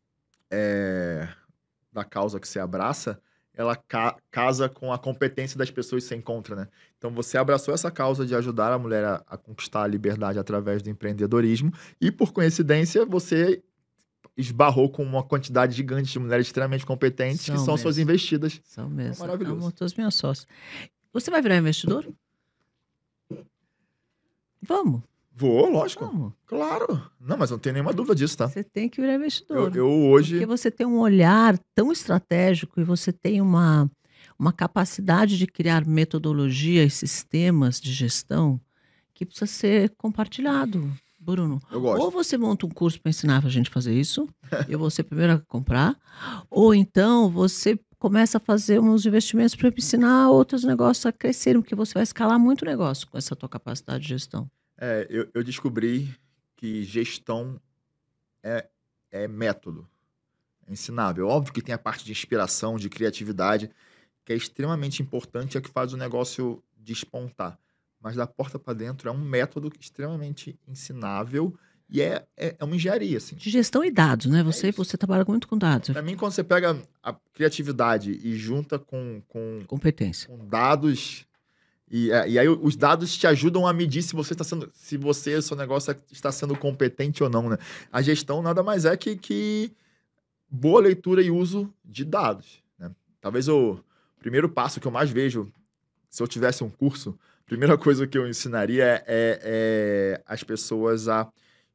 é, da causa que você abraça, ela ca, casa com a competência das pessoas que você encontra, né? Então você abraçou essa causa de ajudar a mulher a, a conquistar a liberdade através do empreendedorismo e, por coincidência, você esbarrou com uma quantidade gigante de mulheres extremamente competentes são que são mesmo. Suas investidas. São mesmo. São maravilhoso. Amo todas as minhas sócias. Você vai virar investidor? Vamos. Vou, lógico. Como? Claro. Não, mas não tem nenhuma dúvida disso, tá? Você tem que virar investidor. Eu, eu hoje... Porque você tem um olhar tão estratégico e você tem uma, uma capacidade de criar metodologia e sistemas de gestão que precisa ser compartilhado, Bruno. Eu gosto. Ou você monta um curso para ensinar a gente a fazer isso, eu vou ser a primeira a comprar, ou então você começa a fazer uns investimentos para ensinar outros negócios a crescerem, porque você vai escalar muito o negócio com essa tua capacidade de gestão. É, eu, eu descobri que gestão é, é método, é ensinável. Óbvio que tem a parte de inspiração, de criatividade, que é extremamente importante, é que faz o negócio despontar. Mas da porta para dentro é um método extremamente ensinável e é, é, é uma engenharia, assim. De gestão e dados, né? Você, É você trabalha muito com dados. Para mim, quando você pega a criatividade e junta com, com, Competência. com dados... E, e aí os dados te ajudam a medir se você está sendo, se você, seu negócio está sendo competente ou não, né? A gestão nada mais é que, que boa leitura e uso de dados, né? Talvez o primeiro passo que eu mais vejo, se eu tivesse um curso, a primeira coisa que eu ensinaria é, é, é as pessoas a,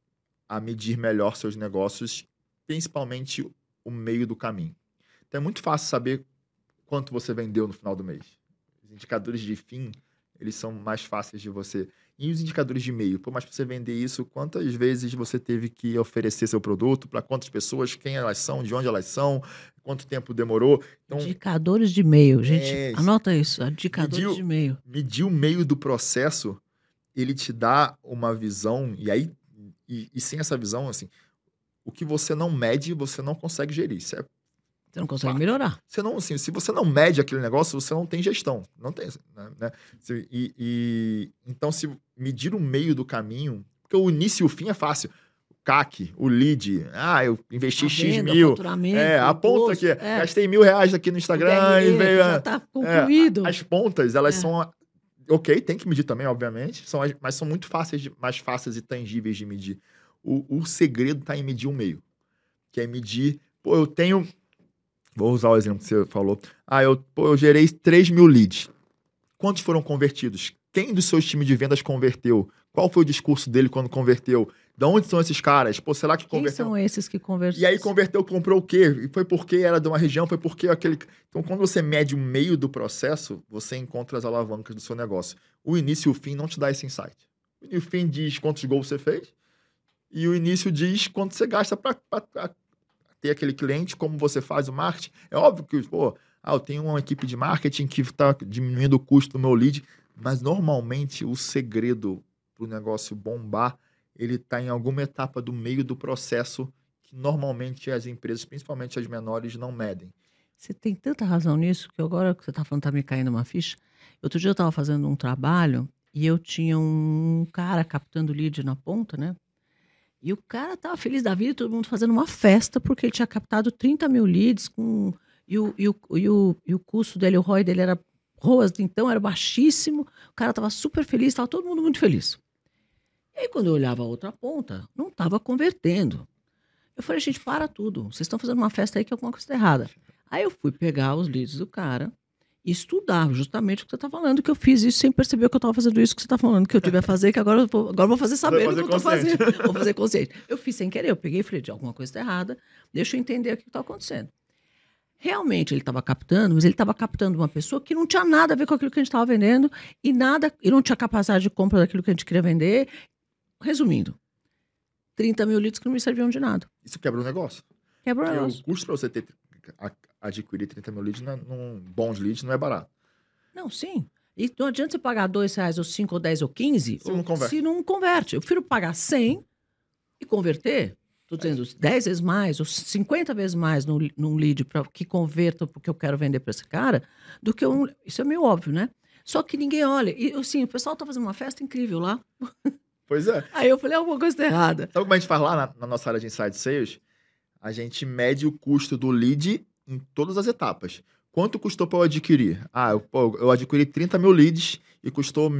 a medir melhor seus negócios, principalmente o meio do caminho. Então é muito fácil saber quanto você vendeu no final do mês. Os indicadores de fim, eles são mais fáceis de você... E os indicadores de meio? Pô, mas para você vender isso, quantas vezes você teve que oferecer seu produto? Para quantas pessoas? Quem elas são? De onde elas são? Quanto tempo demorou? Então, indicadores de meio. Gente, é, anota isso. Indicadores medir, de meio. Medir o meio do processo, ele te dá uma visão... E aí, e, e sem essa visão, assim, o que você não mede, você não consegue gerir. Isso é Você não consegue melhorar. Você não, assim, se você não mede aquele negócio, você não tem gestão. Não tem, né? E, e, então, se medir o meio do caminho... Porque o início e o fim é fácil. O C A C, o lead. Ah, eu investi A X venda, mil. faturamento, É, a ponta aqui. é. Gastei mil reais aqui no Instagram e veio... Já está concluído. É, as pontas, elas É. são... Ok, tem que medir também, obviamente. São, mas são muito fáceis, de, mais fáceis e tangíveis de medir. O, o segredo está em medir o meio. Que é medir... Pô, eu tenho... Vou usar o exemplo que você falou. Ah, eu, pô, eu gerei três mil leads. Quantos foram convertidos? Quem dos seus times de vendas converteu? Qual foi o discurso dele quando converteu? De onde são esses caras? Pô, será que Quem converteu? são esses que converteram? E aí converteu, comprou o quê? E foi porque era de uma região, foi porque aquele... Então, quando você mede o meio do processo, você encontra as alavancas do seu negócio. O início e o fim não te dá esse insight. O fim diz quantos gols você fez e o início diz quanto você gasta para ter aquele cliente, como você faz o marketing. É óbvio que, pô, ah, eu tenho uma equipe de marketing que está diminuindo o custo do meu lead, mas normalmente o segredo para o negócio bombar, ele está em alguma etapa do meio do processo que normalmente as empresas, principalmente as menores, não medem. Você tem tanta razão nisso, que agora que você está falando, está me caindo uma ficha. Outro dia eu estava fazendo um trabalho e eu tinha um cara captando lead na ponta, né? E o cara tava feliz da vida, todo mundo fazendo uma festa, porque ele tinha captado trinta mil leads, com, e, o, e, o, e, o, e o custo dele, o R O I dele era, R O A S então, era baixíssimo, o cara tava super feliz, tava todo mundo muito feliz. E aí, quando eu olhava a outra ponta, não tava convertendo. Eu falei, gente, para tudo, vocês estão fazendo uma festa aí que alguma coisa está errada. Aí eu fui pegar os leads do cara e estudar justamente o que você está falando, que eu fiz isso sem perceber que eu estava fazendo isso que você está falando, que eu tive a fazer, que agora eu vou, agora eu vou fazer sabendo o que eu estou fazendo. Vou fazer consciente. Eu fiz sem querer, eu peguei e falei, de alguma coisa está errada, deixa eu entender o que está acontecendo. Realmente ele estava captando, mas ele estava captando uma pessoa que não tinha nada a ver com aquilo que a gente estava vendendo e, nada, e não tinha capacidade de compra daquilo que a gente queria vender. Resumindo, trinta mil leads que não me serviam de nada. Isso quebra o negócio. Quebra o Porque negócio. o custo para você ter, a, adquirir trinta mil leads, não, não, bons leads, não é barato. Não, sim. E não adianta você pagar dois reais, ou cinco, ou dez, ou quinze, se não converte. Se não converte. Eu prefiro pagar cem e converter, estou dizendo dez vezes mais, ou cinquenta vezes mais num, num lead para que converta porque eu quero vender para esse cara, do que um... Isso é meio óbvio, né? Só que ninguém olha. E assim, o pessoal está fazendo uma festa incrível lá. Pois é. Aí eu falei, alguma coisa está errada. Sabe como a gente faz lá na, na nossa área de Inside Sales? A gente mede o custo do lead em todas as etapas. Quanto custou para eu adquirir? Ah, eu, pô, eu adquiri trinta mil leads e custou,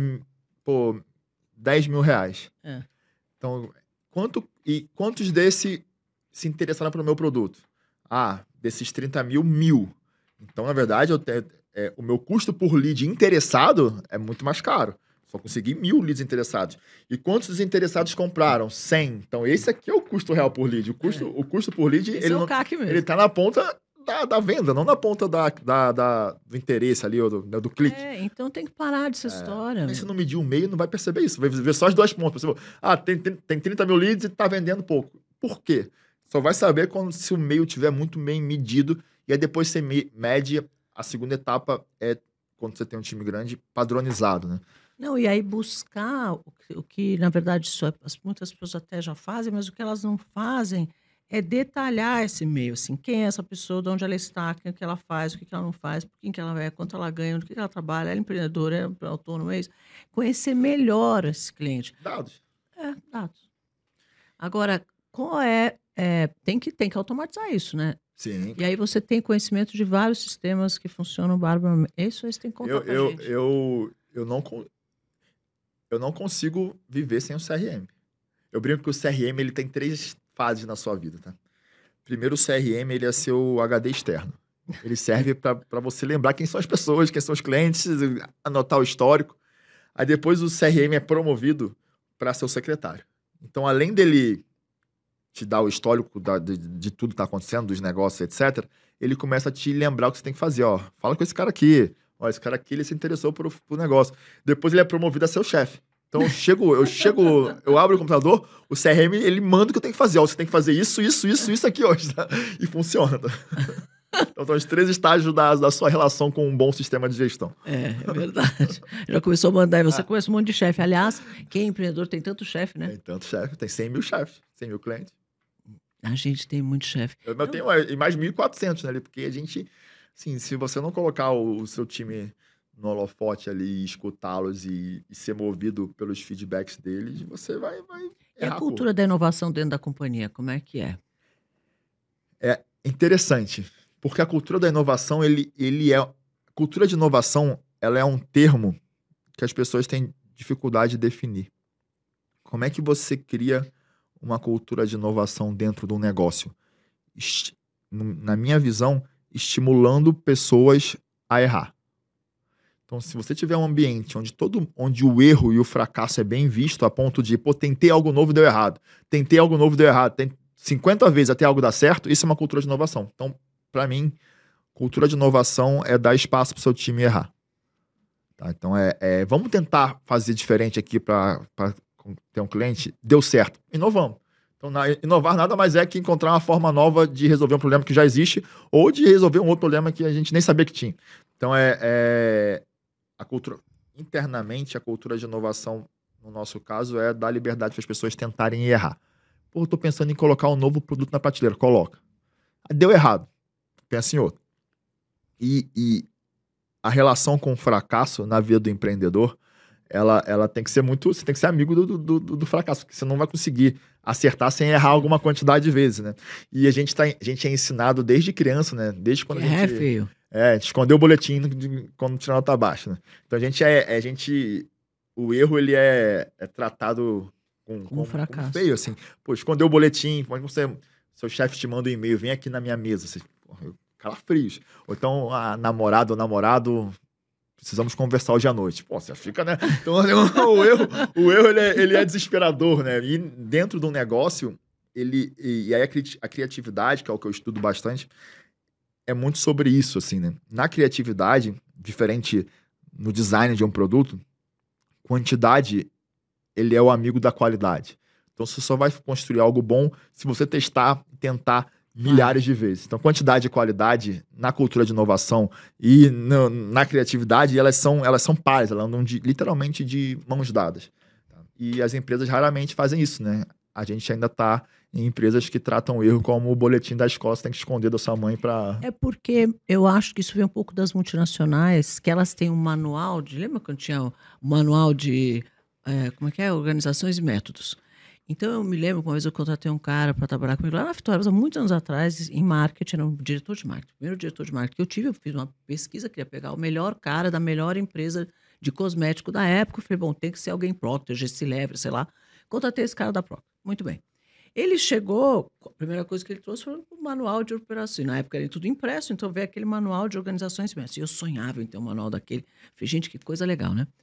pô, dez mil reais. É. Então, quanto, e quantos desses se interessaram pelo meu produto? Ah, desses trinta mil, mil. Então, na verdade, eu te, é, o meu custo por lead interessado é muito mais caro. Só consegui mil leads interessados. E quantos dos interessados compraram? cem. Então, esse aqui é o custo real por lead. O custo, é. o custo por lead, esse ele, é o não, C A C mesmo. ele tá na ponta da, da venda, não na ponta da, da, da, do interesse ali, ou do, do clique. É, então tem que parar dessa é. história. Mas se não medir o meio, não vai perceber isso. Vai ver só as duas pontas. Ah, tem, tem, tem trinta mil leads e tá vendendo pouco. Por quê? Só vai saber quando se o meio tiver muito bem medido. E aí depois você mede. A segunda etapa é quando você tem um time grande, padronizado, né? Não, e aí buscar o que, o que na verdade, isso, muitas pessoas até já fazem, mas o que elas não fazem é detalhar esse meio, assim, quem é essa pessoa, de onde ela está, o que ela faz, o que ela não faz, por quem que ela é, quanto ela ganha, do que ela trabalha, ela é empreendedora, é autônoma, é isso. Conhecer melhor esse cliente. Dados. É, dados. Agora, qual é, é tem, que, tem que automatizar isso, né? Sim. E aí você tem conhecimento de vários sistemas que funcionam barbaramente. Isso aí você tem que contar eu, pra eu, gente. Eu, eu, não, eu não consigo viver sem o C R M. Eu brinco que o C R M ele tem três fases na sua vida, tá? Primeiro, o C R M ele é seu H D externo. Ele serve para você lembrar quem são as pessoas, quem são os clientes, anotar o histórico. Aí depois o C R M é promovido para seu secretário. Então, além dele te dar o histórico da, de, de tudo que está acontecendo, dos negócios, etcétera, ele começa a te lembrar o que você tem que fazer. Ó, fala com esse cara aqui. Ó, esse cara aqui ele se interessou por, por negócio. Depois ele é promovido a seu chefe. Então, eu chego, eu chego, eu abro o computador, o C R M, ele manda o que eu tenho que fazer. Ó, você tem que fazer isso, isso, isso, isso aqui hoje. Tá? E funciona. Tá? Então, são os três estágios da, da sua relação com um bom sistema de gestão. É, é verdade. Já começou a mandar, e você ah. conhece um monte de chefe. Aliás, quem é empreendedor tem tanto chefe, né? Tem tanto chefe, tem cem mil chefes, cem mil clientes. A gente tem muito chefe. Eu, eu tenho mais de mil e quatrocentos, né? Porque a gente, assim, se você não colocar o, o seu time no holofote ali, escutá-los e, e ser movido pelos feedbacks deles, você vai, vai E a cultura da inovação dentro da companhia, como é que é? É interessante, porque a cultura da inovação, ele, ele é... A cultura de inovação, ela é um termo que as pessoas têm dificuldade de definir. Como é que você cria uma cultura de inovação dentro de um negócio? Est- Na minha visão, estimulando pessoas a errar. Então, se você tiver um ambiente onde, todo, onde o erro e o fracasso é bem visto, a ponto de, pô, tentei algo novo e deu errado, tentei algo novo e deu errado, tem cinquenta vezes até algo dar certo, isso é uma cultura de inovação. Então, para mim, cultura de inovação é dar espaço para o seu time errar. Tá? Então, é, é, vamos tentar fazer diferente aqui para ter um cliente, deu certo, inovamos. Então, na, inovar nada mais é que encontrar uma forma nova de resolver um problema que já existe ou de resolver um outro problema que a gente nem sabia que tinha. Então, é, é a cultura, internamente, a cultura de inovação, no nosso caso, é dar liberdade para as pessoas tentarem errar. Pô, eu tô pensando em colocar um novo produto na prateleira, coloca. Deu errado, pensa em outro. E, e a relação com o fracasso na vida do empreendedor, ela, ela tem que ser muito... Você tem que ser amigo do, do, do, do fracasso, porque você não vai conseguir acertar sem errar alguma quantidade de vezes, né? E a gente, tá, a gente é ensinado desde criança, né? Desde quando a gente... É, filho. É, a gente escondeu o boletim de, quando tirou nota baixa, né? Então a gente é... A gente, o erro, ele é, é tratado com, com, fracasso. Com feio, assim. Pô, escondeu o boletim, como você... Seu chefe te manda um e-mail, vem aqui na minha mesa. Você, porra, calafrios. Ou então, a namorada ou namorado... Precisamos conversar hoje à noite. Pô, você fica, né? Então, o erro, o erro ele, é, ele é desesperador, né? E dentro de um negócio, ele, e aí a, cri, a criatividade, que é o que eu estudo bastante, é muito sobre isso, assim, né? Na criatividade, diferente no design de um produto, quantidade, ele é o amigo da qualidade. Então, você só vai construir algo bom se você testar e tentar milhares de vezes. Então, quantidade e qualidade na cultura de inovação e no, na criatividade, elas são, elas são pares, elas andam de, literalmente de mãos dadas. E as empresas raramente fazem isso, né? A gente ainda está em empresas que tratam o erro como o boletim da escola, você tem que esconder da sua mãe para... É porque eu acho que isso vem um pouco das multinacionais, que elas têm um manual de... Lembra quando tinha o manual de... É, como é que é? Organizações e métodos. Então, eu me lembro que uma vez eu contratei um cara para trabalhar comigo lá na Vitória, há muitos anos atrás, em marketing, era um diretor de marketing. O primeiro diretor de marketing que eu tive, eu fiz uma pesquisa, queria pegar o melhor cara da melhor empresa de cosmético da época. Eu falei, bom, tem que ser alguém Procter, Gessilevre, sei lá. Contratei esse cara da Procter. Muito bem. Ele chegou, a primeira coisa que ele trouxe foi um manual de operação. Na época era tudo impresso, então veio aquele manual de organizações. E eu sonhava em ter um manual daquele. Falei, gente, que coisa legal, né?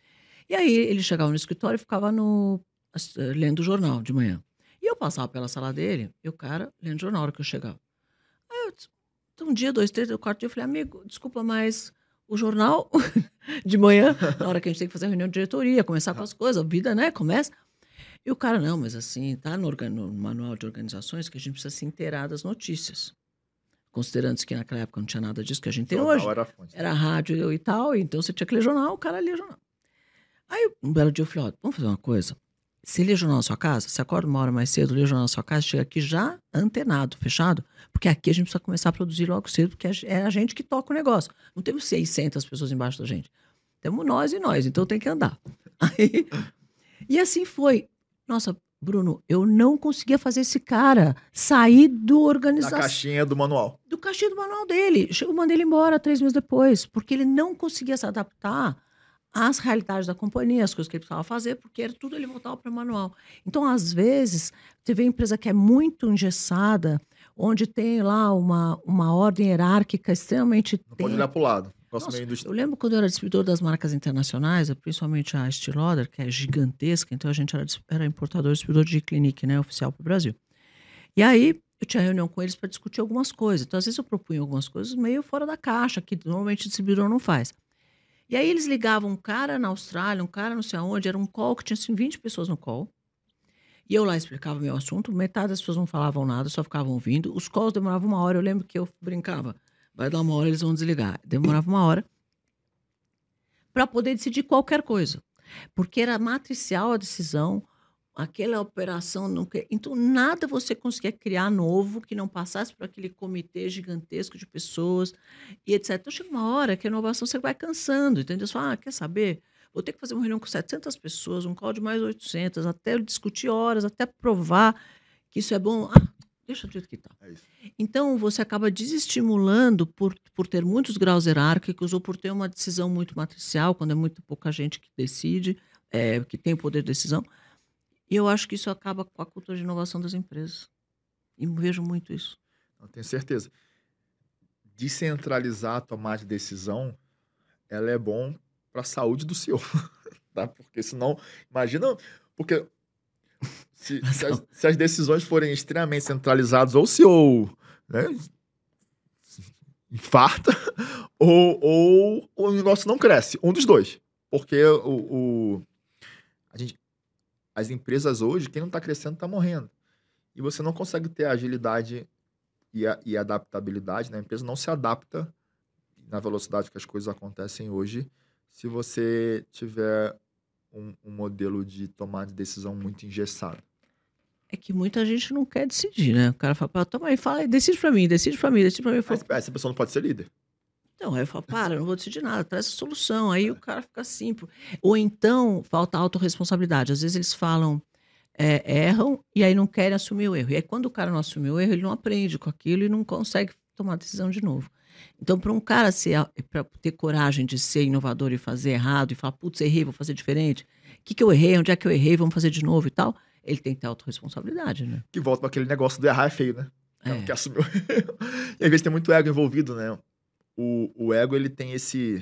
E aí ele chegava no escritório e ficava no, lendo o jornal de manhã. E eu passava pela sala dele e o cara lendo o jornal na hora que eu chegava. Aí eu, então, um dia, dois, três, o quarto dia, eu falei, amigo, desculpa, mas o jornal de manhã, na hora que a gente tem que fazer a reunião de diretoria, começar com as coisas, a vida, né, começa. E o cara, não, mas assim, tá no, organ... no manual de organizações que a gente precisa se inteirar das notícias. Considerando que naquela época não tinha nada disso que a gente tem Jornal hoje. era a fonte. Era rádio e tal, então você tinha que ler jornal, o cara lia jornal. Aí, um belo dia eu falei, ó, vamos fazer uma coisa? Você lê jornal na sua casa, você acorda uma hora mais cedo, lê jornal na sua casa, chega aqui já antenado, fechado, porque aqui a gente precisa começar a produzir logo cedo, porque é a gente que toca o negócio. Não temos seiscentas pessoas embaixo da gente. Temos nós e nós, então tem que andar. Aí, e assim foi. Nossa, Bruno, eu não conseguia fazer esse cara sair do organização. Da caixinha do manual. Do caixinha do manual dele. Eu mandei ele embora três meses depois, porque ele não conseguia se adaptar às realidades da companhia, as coisas que ele precisava fazer, porque era tudo ele voltava para o manual. Então, às vezes, teve uma empresa que é muito engessada, onde tem lá uma, uma ordem hierárquica extremamente... Não tem... pode olhar para o lado. Nossa, eu lembro quando eu era distribuidor das marcas internacionais, principalmente a Estée Lauder, que é gigantesca, então a gente era, era importador e distribuidor de Clinique, né, oficial para o Brasil. E aí, eu tinha reunião com eles para discutir algumas coisas. Então, às vezes eu propunha algumas coisas meio fora da caixa, que normalmente o distribuidor não faz. E aí eles ligavam um cara na Austrália, um cara não sei aonde, era um call que tinha assim, vinte pessoas no call. E eu lá explicava o meu assunto, metade das pessoas não falavam nada, só ficavam ouvindo. Os calls demoravam uma hora, eu lembro que eu brincava, vai dar uma hora, eles vão desligar. Demorava uma hora para poder decidir qualquer coisa. Porque era matricial a decisão, aquela operação... Não... Então, nada você conseguia criar novo que não passasse por aquele comitê gigantesco de pessoas e etcétera. Então, chega uma hora que a inovação você vai cansando, entendeu? Você fala, ah, quer saber? Vou ter que fazer uma reunião com setecentas pessoas, um call de mais oitocentas, até discutir horas, até provar que isso é bom. Ah, deixa do jeito que está. É isso. Então, você acaba desestimulando por, por ter muitos graus hierárquicos ou por ter uma decisão muito matricial, quando é muito pouca gente que decide, é, que tem o poder de decisão. E eu acho que isso acaba com a cultura de inovação das empresas. E vejo muito isso. Eu tenho certeza. Descentralizar a tomada de decisão, ela é bom para a saúde do C E O. Tá? Porque senão, imagina... Porque se, se, as, se as decisões forem extremamente centralizadas, ou o C E O, né, infarta, ou, ou o negócio não cresce. Um dos dois. Porque o, o, a gente... As empresas hoje, quem não está crescendo está morrendo. E você não consegue ter a agilidade e a, e a adaptabilidade, né? A empresa não se adapta na velocidade que as coisas acontecem hoje se você tiver um, um modelo de tomar de decisão muito engessado. É que muita gente não quer decidir, né? O cara fala, toma aí, fala aí, decide pra mim, decide pra mim, decide pra mim. Mas essa pessoa não pode ser líder. Então, aí eu falo, para, eu não vou decidir nada, traz a solução. Aí é. O cara fica assim. Ou então, falta autorresponsabilidade. Às vezes eles falam, é, erram, e aí não querem assumir o erro. E aí quando o cara não assume o erro, ele não aprende com aquilo e não consegue tomar decisão de novo. Então, para um cara para ter coragem de ser inovador e fazer errado, e falar, putz, errei, vou fazer diferente. O que, que eu errei? Onde é que eu errei? Vamos fazer de novo e tal. Ele tem que ter autorresponsabilidade, né? Que volta para aquele negócio do errar é feio, né? O cara É. não quer assumir o erro. E às vezes tem muito ego envolvido, né? O, o ego, ele tem esse...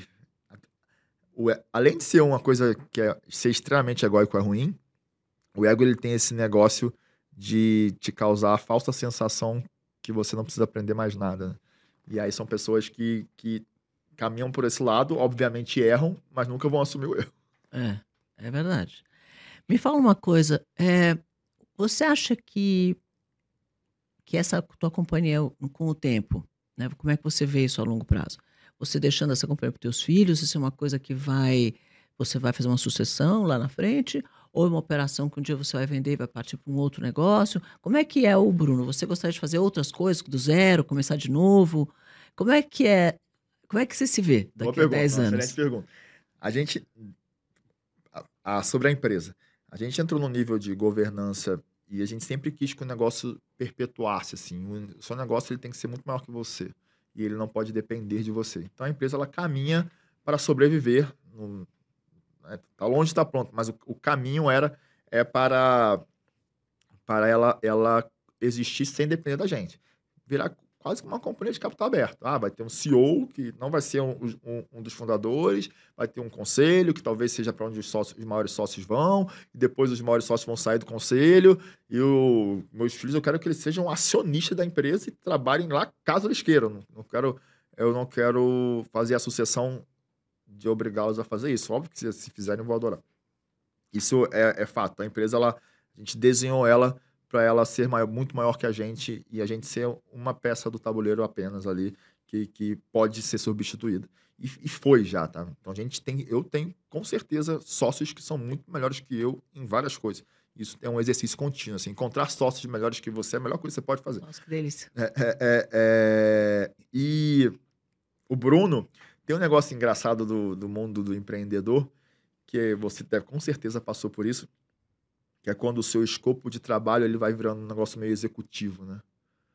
O, além de ser uma coisa que é ser extremamente egóico é ruim, o ego, ele tem esse negócio de te causar a falsa sensação que você não precisa aprender mais nada, né? E aí são pessoas que, que caminham por esse lado, obviamente erram, mas nunca vão assumir o erro. É, é verdade. Me fala uma coisa, é, você acha que, que essa tua companhia, com o tempo, né, como é que você vê isso a longo prazo? Você deixando essa companhia para os teus filhos, isso é uma coisa que vai, você vai fazer uma sucessão lá na frente? Ou é uma operação que um dia você vai vender e vai partir para um outro negócio? Como é que é o Bruno? Você gostaria de fazer outras coisas do zero, começar de novo? Como é que é? Como é que você se vê daqui Boa a dez pergunta, anos? Excelente pergunta. A gente, a, a, sobre a empresa, a gente entrou num nível de governança e a gente sempre quis que o negócio perpetuasse, assim. O seu negócio, ele tem que ser muito maior que você e ele não pode depender de você. Então a empresa, ela caminha para sobreviver. No, Está longe de estar pronto, mas o, o caminho era é para, para ela, ela existir sem depender da gente. Virar quase que uma companhia de capital aberto. Ah, vai ter um C E O, que não vai ser um, um, um dos fundadores, vai ter um conselho, que talvez seja para onde os, sócios, os maiores sócios vão, e depois os maiores sócios vão sair do conselho, e o, meus filhos, eu quero que eles sejam acionistas da empresa e trabalhem lá caso eles queiram. Não, não quero, eu não quero fazer a sucessão de obrigá-los a fazer isso. Óbvio que se, se fizerem, eu vou adorar. Isso é, é fato. A empresa, ela, a gente desenhou ela para ela ser maior, muito maior que a gente e a gente ser uma peça do tabuleiro apenas ali que, que pode ser substituída. E, e foi já, tá? Então a gente tem, eu tenho com certeza sócios que são muito melhores que eu em várias coisas. Isso é um exercício contínuo, assim, encontrar sócios melhores que você é a melhor coisa que você pode fazer. Nossa, que delícia. É, é, é, é... E o Bruno tem um negócio engraçado do, do mundo do empreendedor, que você deve, com certeza passou por isso, que é quando o seu escopo de trabalho ele vai virando um negócio meio executivo, né?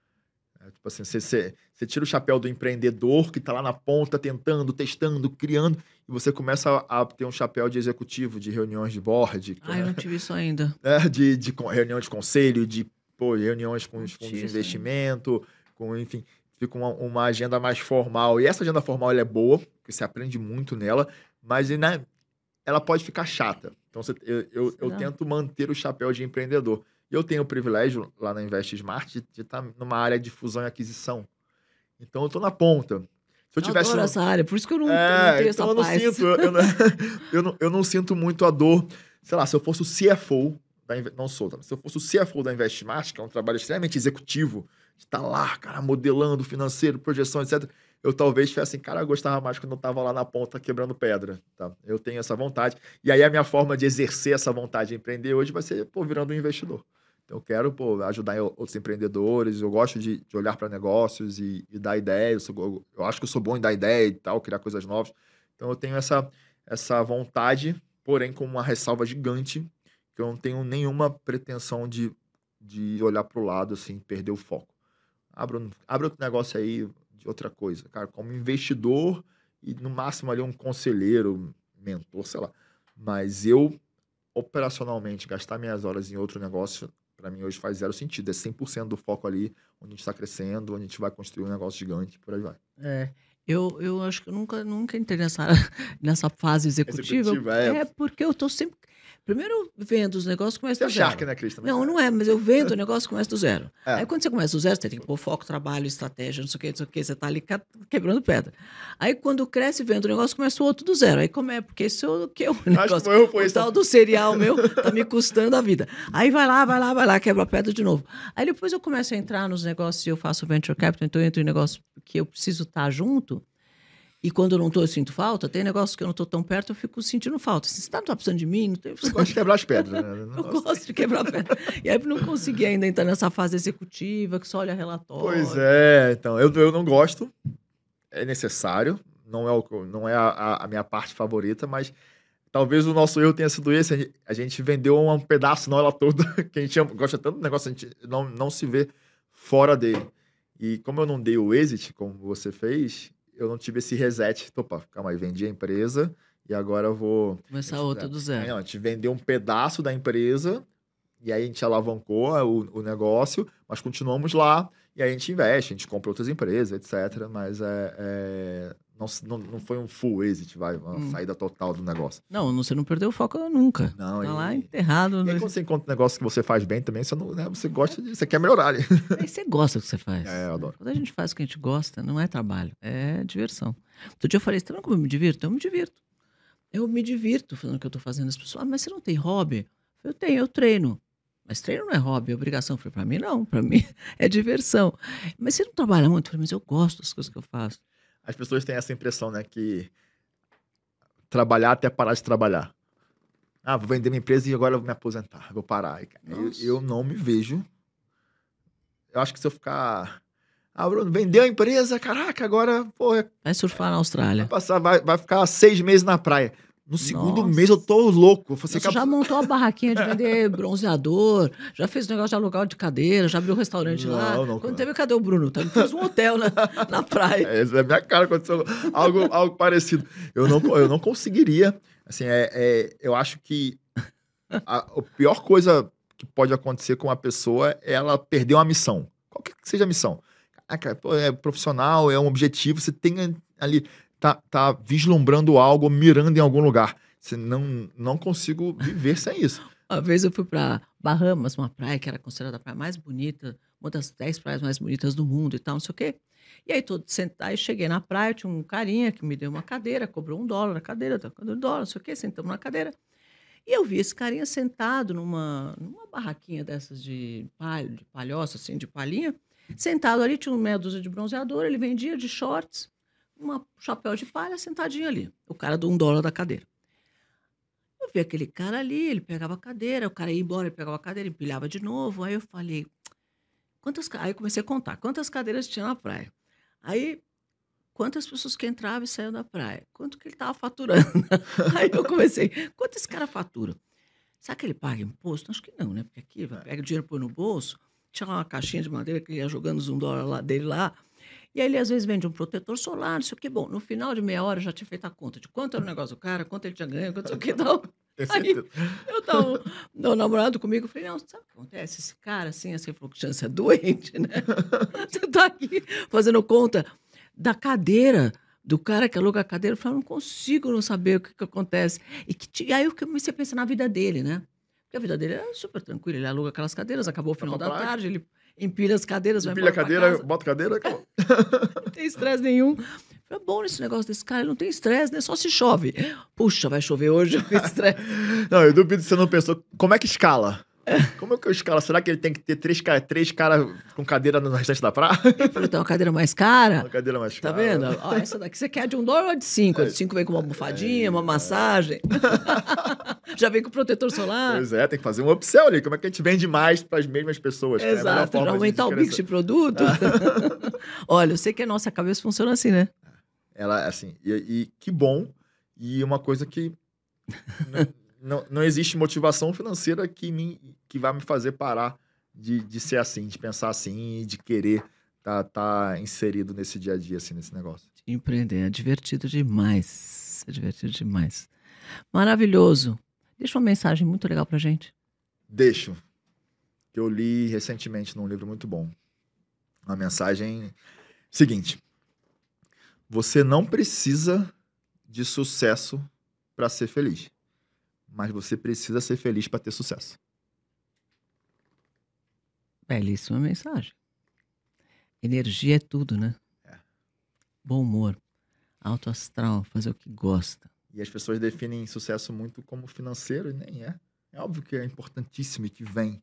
É, tipo assim, você, você, você tira o chapéu do empreendedor que está lá na ponta, tentando, testando, criando, e você começa a, a ter um chapéu de executivo, de reuniões de board. Ah, eu não tive isso ainda. É, de, de reunião de conselho, de pô, reuniões com os fundos de investimento, com, enfim, fica uma, uma agenda mais formal. E essa agenda formal ela é boa, porque você aprende muito nela, mas né, ela pode ficar chata. Então, você, eu, eu, eu tento manter o chapéu de empreendedor. E eu tenho o privilégio, lá na Invest Smart, de estar numa área de fusão e aquisição. Então, eu estou na ponta. Se eu, eu tivesse adoro no... essa área, por isso que eu não, é, eu não tenho então essa eu não paz. Sinto, eu, eu, não, eu, não, eu não sinto muito a dor. Sei lá, se eu fosse o C F O, da, não sou, tá? Se eu fosse o C F O da Invest Smart, que é um trabalho extremamente executivo, de estar lá, cara, modelando financeiro, projeção, etcétera, eu talvez tivesse assim, cara, eu gostava mais quando eu estava lá na ponta quebrando pedra, tá? Eu tenho essa vontade. E aí a minha forma de exercer essa vontade de empreender hoje vai ser, pô, virando um investidor. Então eu quero, pô, ajudar outros empreendedores, eu gosto de, de olhar para negócios e, e dar ideias, eu, sou, eu acho que eu sou bom em dar ideia e tal, criar coisas novas. Então eu tenho essa, essa vontade, porém com uma ressalva gigante, que eu não tenho nenhuma pretensão de, de olhar para o lado, assim, perder o foco. Abra, abra outro negócio aí de outra coisa, cara, como investidor e no máximo ali um conselheiro, mentor, sei lá. Mas eu, operacionalmente, gastar minhas horas em outro negócio, para mim hoje faz zero sentido. É cem por cento do foco ali, onde a gente está crescendo, onde a gente vai construir um negócio gigante, por aí vai. É, eu, eu acho que eu nunca, nunca entrei nessa, nessa fase executiva. Executiva, é. É porque eu tô sempre... Primeiro, vendo os negócios, começa Você é do zero. Shark, né, Cris? Não, não é, mas eu vendo o negócio, começa do zero. É. Aí quando você começa do zero, você tem que pôr foco, trabalho, estratégia, não sei o que, não sei o que, você tá ali quebrando pedra. Aí quando cresce vendo o negócio, começa o outro do zero. Aí como é? Porque isso é o que é o negócio. Acho que eu foi o isso. tal do cereal meu tá me custando a vida. Aí vai lá, vai lá, vai lá, quebra a pedra de novo. Aí depois eu começo a entrar nos negócios e eu faço venture capital, então eu entro em negócios que eu preciso estar junto. E quando eu não tô, eu sinto falta. Tem negócios que eu não tô tão perto, eu fico sentindo falta. Se você tá, não tá precisando de mim... Não tem... Você gosta de quebrar as pedras, né? Eu gosto de quebrar pedra. E aí eu não consegui ainda entrar nessa fase executiva, que só olha relatório. Pois é, então, eu, eu não gosto. É necessário. Não é, o, não é a, a minha parte favorita, mas talvez o nosso erro tenha sido esse. A gente, a gente vendeu um pedaço, não ela toda, que a gente gosta tanto do negócio, a gente não, não se vê fora dele. E como eu não dei o exit, como você fez... eu não tive esse reset. Opa, calma aí, vendi a empresa e agora eu vou... Começar a gente, outra do zero. Não, a gente vendeu um pedaço da empresa e aí a gente alavancou o, o negócio, mas continuamos lá e aí a gente investe, a gente compra outras empresas, etcétera. Mas é, é, não, não, não foi um full exit, vai, uma hum. saída total do negócio. Não, você não perdeu o foco nunca. Não, tá e, lá enterrado. E no... aí quando você encontra um negócio que você faz bem também, você, não, né, você gosta de... Você quer melhorar ali. Aí você gosta do que você faz. É, eu adoro. Quando a gente faz o que a gente gosta, não é trabalho, é diversão. Outro dia eu falei, tá vendo como eu me divirto? Eu me divirto. Eu me divirto fazendo o que eu tô fazendo. As pessoas, ah, mas você não tem hobby? Eu tenho, eu treino. Mas treino não é hobby, é obrigação. Eu falei, pra mim não, pra mim é diversão. Mas você não trabalha muito? Eu falei, mas eu gosto das coisas que eu faço. As pessoas têm essa impressão, né, que trabalhar até parar de trabalhar. Ah, vou vender minha empresa e agora eu vou me aposentar, vou parar. Eu, eu não me vejo. Eu acho que se eu ficar... Ah, Bruno, vendeu a empresa, caraca, agora, porra... Vai surfar na Austrália. Vai, passar, vai, vai ficar seis meses na praia. No segundo Nossa. mês eu tô louco. Você Você já montou a barraquinha de vender bronzeador, já fez o negócio de aluguel de cadeira, já abriu um restaurante não, lá. Não, Quando não. teve, cadê o Bruno? Tá, fez um hotel na, na praia. É, essa é a minha cara, aconteceu algo, algo parecido. Eu não, eu não conseguiria. Assim, é, é, eu acho que a, a pior coisa que pode acontecer com uma pessoa é ela perder uma missão. Qualquer que seja a missão. ah, cara, pô, é profissional, é um objetivo, você tem ali, tá, tá vislumbrando algo, mirando em algum lugar. Você não, não consigo viver sem isso. Uma vez eu fui para Bahamas, uma praia que era considerada a praia mais bonita, uma das dez praias mais bonitas do mundo e tal, não sei o quê. E aí, todo sentado, aí cheguei na praia, tinha um carinha que me deu uma cadeira, cobrou um dólar na cadeira, tá, um dólar, não sei o quê, sentamos na cadeira. E eu vi esse carinha sentado numa, numa barraquinha dessas de palho, de palhoça, assim, de palhinha. Sentado ali, tinha uma meia dúzia de bronzeador, ele vendia de shorts, um chapéu de palha, sentadinho ali. O cara do um dólar da cadeira. Eu vi aquele cara ali, ele pegava a cadeira, o cara ia embora, ele pegava a cadeira, empilhava de novo. Aí eu falei, quantas... ca- Aí eu comecei a contar, quantas cadeiras tinha na praia. Aí, quantas pessoas que entravam e saíam da praia? Quanto que ele estava faturando? Aí eu comecei, quanto esse cara fatura? Será que ele paga imposto? Acho que não, né? Porque aqui, vai, pega o dinheiro, põe no bolso, tinha lá uma caixinha de madeira que ele ia jogando os um dólar lá dele lá. E aí ele às vezes vende um protetor solar, não sei o que. Bom, no final de meia hora eu já tinha feito a conta de quanto era o negócio do cara, quanto ele tinha ganho, quanto sei o que e tal. Tenho Aí certeza. eu tava, meu namorado comigo, eu falei, não, sabe o que acontece? Esse cara, assim, assim, falou que chance é doente, né? Você tá aqui fazendo conta da cadeira, do cara que aluga a cadeira. Eu falei, não consigo não saber o que, que acontece. E, que, ti- e aí eu comecei a pensar na vida dele, né? Porque a vida dele era super tranquila, ele aluga aquelas cadeiras, acabou o Vai final pra da praia, tarde, ele empilha as cadeiras, vai empilha a embora pra cadeira, casa, bota a cadeira, acabou. não tem estresse nenhum. É bom esse negócio desse cara, ele não tem estresse, né? Só se chove. Puxa, vai chover hoje, eu tenho estresse. Não, eu duvido que você não pensou, como é que escala? Como é que eu escalo? Será que ele tem que ter três, ca- três caras com cadeira no restante da praia? Eu falei, tem uma cadeira mais cara. Uma cadeira mais Tá cara. vendo? Ó, essa daqui você quer de um dólar ou de cinco? A de É, cinco vem com uma almofadinha, é, uma massagem. Já vem com protetor solar. Pois é, tem que fazer um upsell ali. Como é que a gente vende mais para as mesmas pessoas? cara? É a melhor Exato, forma já de- aumentar de o mix crescer. de produto. Olha, eu sei que a nossa cabeça funciona assim, né? Ela, assim, e, e que bom. E uma coisa que n- não, não existe motivação financeira que, me, que vai me fazer parar de, de ser assim, de pensar assim, e de querer tá, tá inserido nesse dia a dia, assim, nesse negócio. Empreender é divertido demais. É divertido demais. Maravilhoso. Deixa uma mensagem muito legal pra gente. Deixo, que eu li recentemente num livro muito bom. Uma mensagem seguinte: você não precisa de sucesso para ser feliz, mas você precisa ser feliz para ter sucesso. Belíssima mensagem. Energia é tudo, né? É. Bom humor, alto astral, fazer o que gosta. E as pessoas definem sucesso muito como financeiro, e nem é. É óbvio que é importantíssimo e que vem,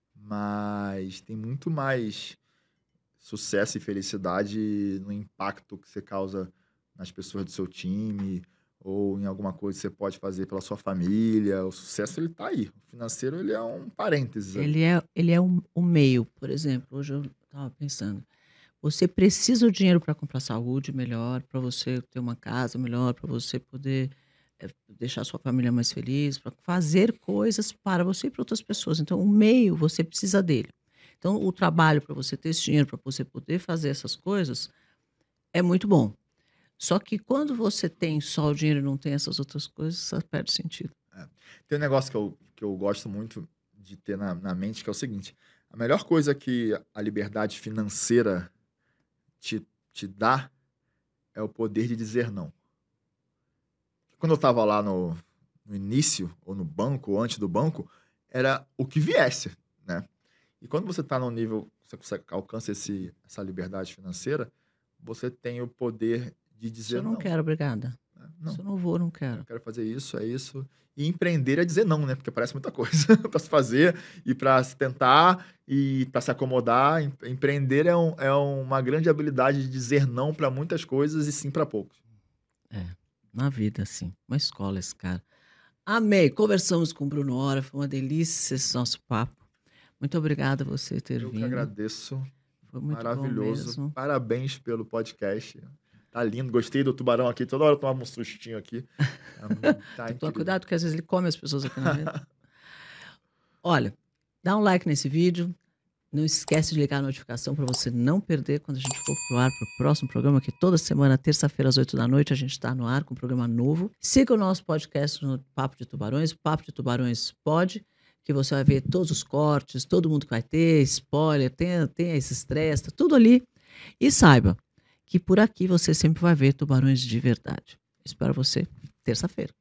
mas tem muito mais sucesso e felicidade no impacto que você causa nas pessoas do seu time ou em alguma coisa que você pode fazer pela sua família. O sucesso, ele tá aí. O financeiro, ele é um parênteses ali. Ele é, ele é o, o meio, por exemplo. Hoje eu estava pensando. Você precisa do dinheiro para comprar saúde melhor, para você ter uma casa melhor, para você poder eh, deixar sua família mais feliz, para fazer coisas para você e para outras pessoas. Então, o meio, você precisa dele. Então, o trabalho para você ter esse dinheiro, para você poder fazer essas coisas, é muito bom. Só que quando você tem só o dinheiro e não tem essas outras coisas, você perde sentido. Tem um negócio que eu, que eu gosto muito de ter na, na mente, que é o seguinte: a melhor coisa que a liberdade financeira te, te dá é o poder de dizer não. Quando eu estava lá no, no início, ou no banco, ou antes do banco, era o que viesse, né? E quando você está num nível, você consegue- alcança esse, essa liberdade financeira, você tem o poder de Isso dizer eu não não. quero, obrigada. né? Não, Isso eu não vou, não eu quero. quero fazer isso, é isso. E empreender é dizer não, né? Porque parece muita coisa para se fazer e para se tentar e para se acomodar. Em- Empreender é, um- é uma grande habilidade de dizer não para muitas coisas e sim para poucos. É, na vida, assim. Uma escola esse cara. Amei. Conversamos com o Bruno Hora. Foi uma delícia esse nosso papo. Muito obrigada a você ter Eu que vindo. agradeço. Foi muito bom Maravilhoso. mesmo. Parabéns pelo podcast. Tá lindo. Gostei do tubarão aqui. Toda hora eu tomava um sustinho aqui. É, Tá Tem que tomar incrível. cuidado, porque às vezes ele come as pessoas aqui na vida. Olha, dá um like nesse vídeo. Não esquece de ligar a notificação para você não perder quando a gente for pro ar para o próximo programa, que toda semana, terça-feira, às oito da noite, a gente está no ar com um programa novo. Siga o nosso podcast no Papo de Tubarões, Papo de Tubarões Pod, que você vai ver todos os cortes, todo mundo que vai ter, spoiler, tem, tem esse estresse, tá tudo ali. E saiba que por aqui você sempre vai ver tubarões de verdade. Espero você terça-feira.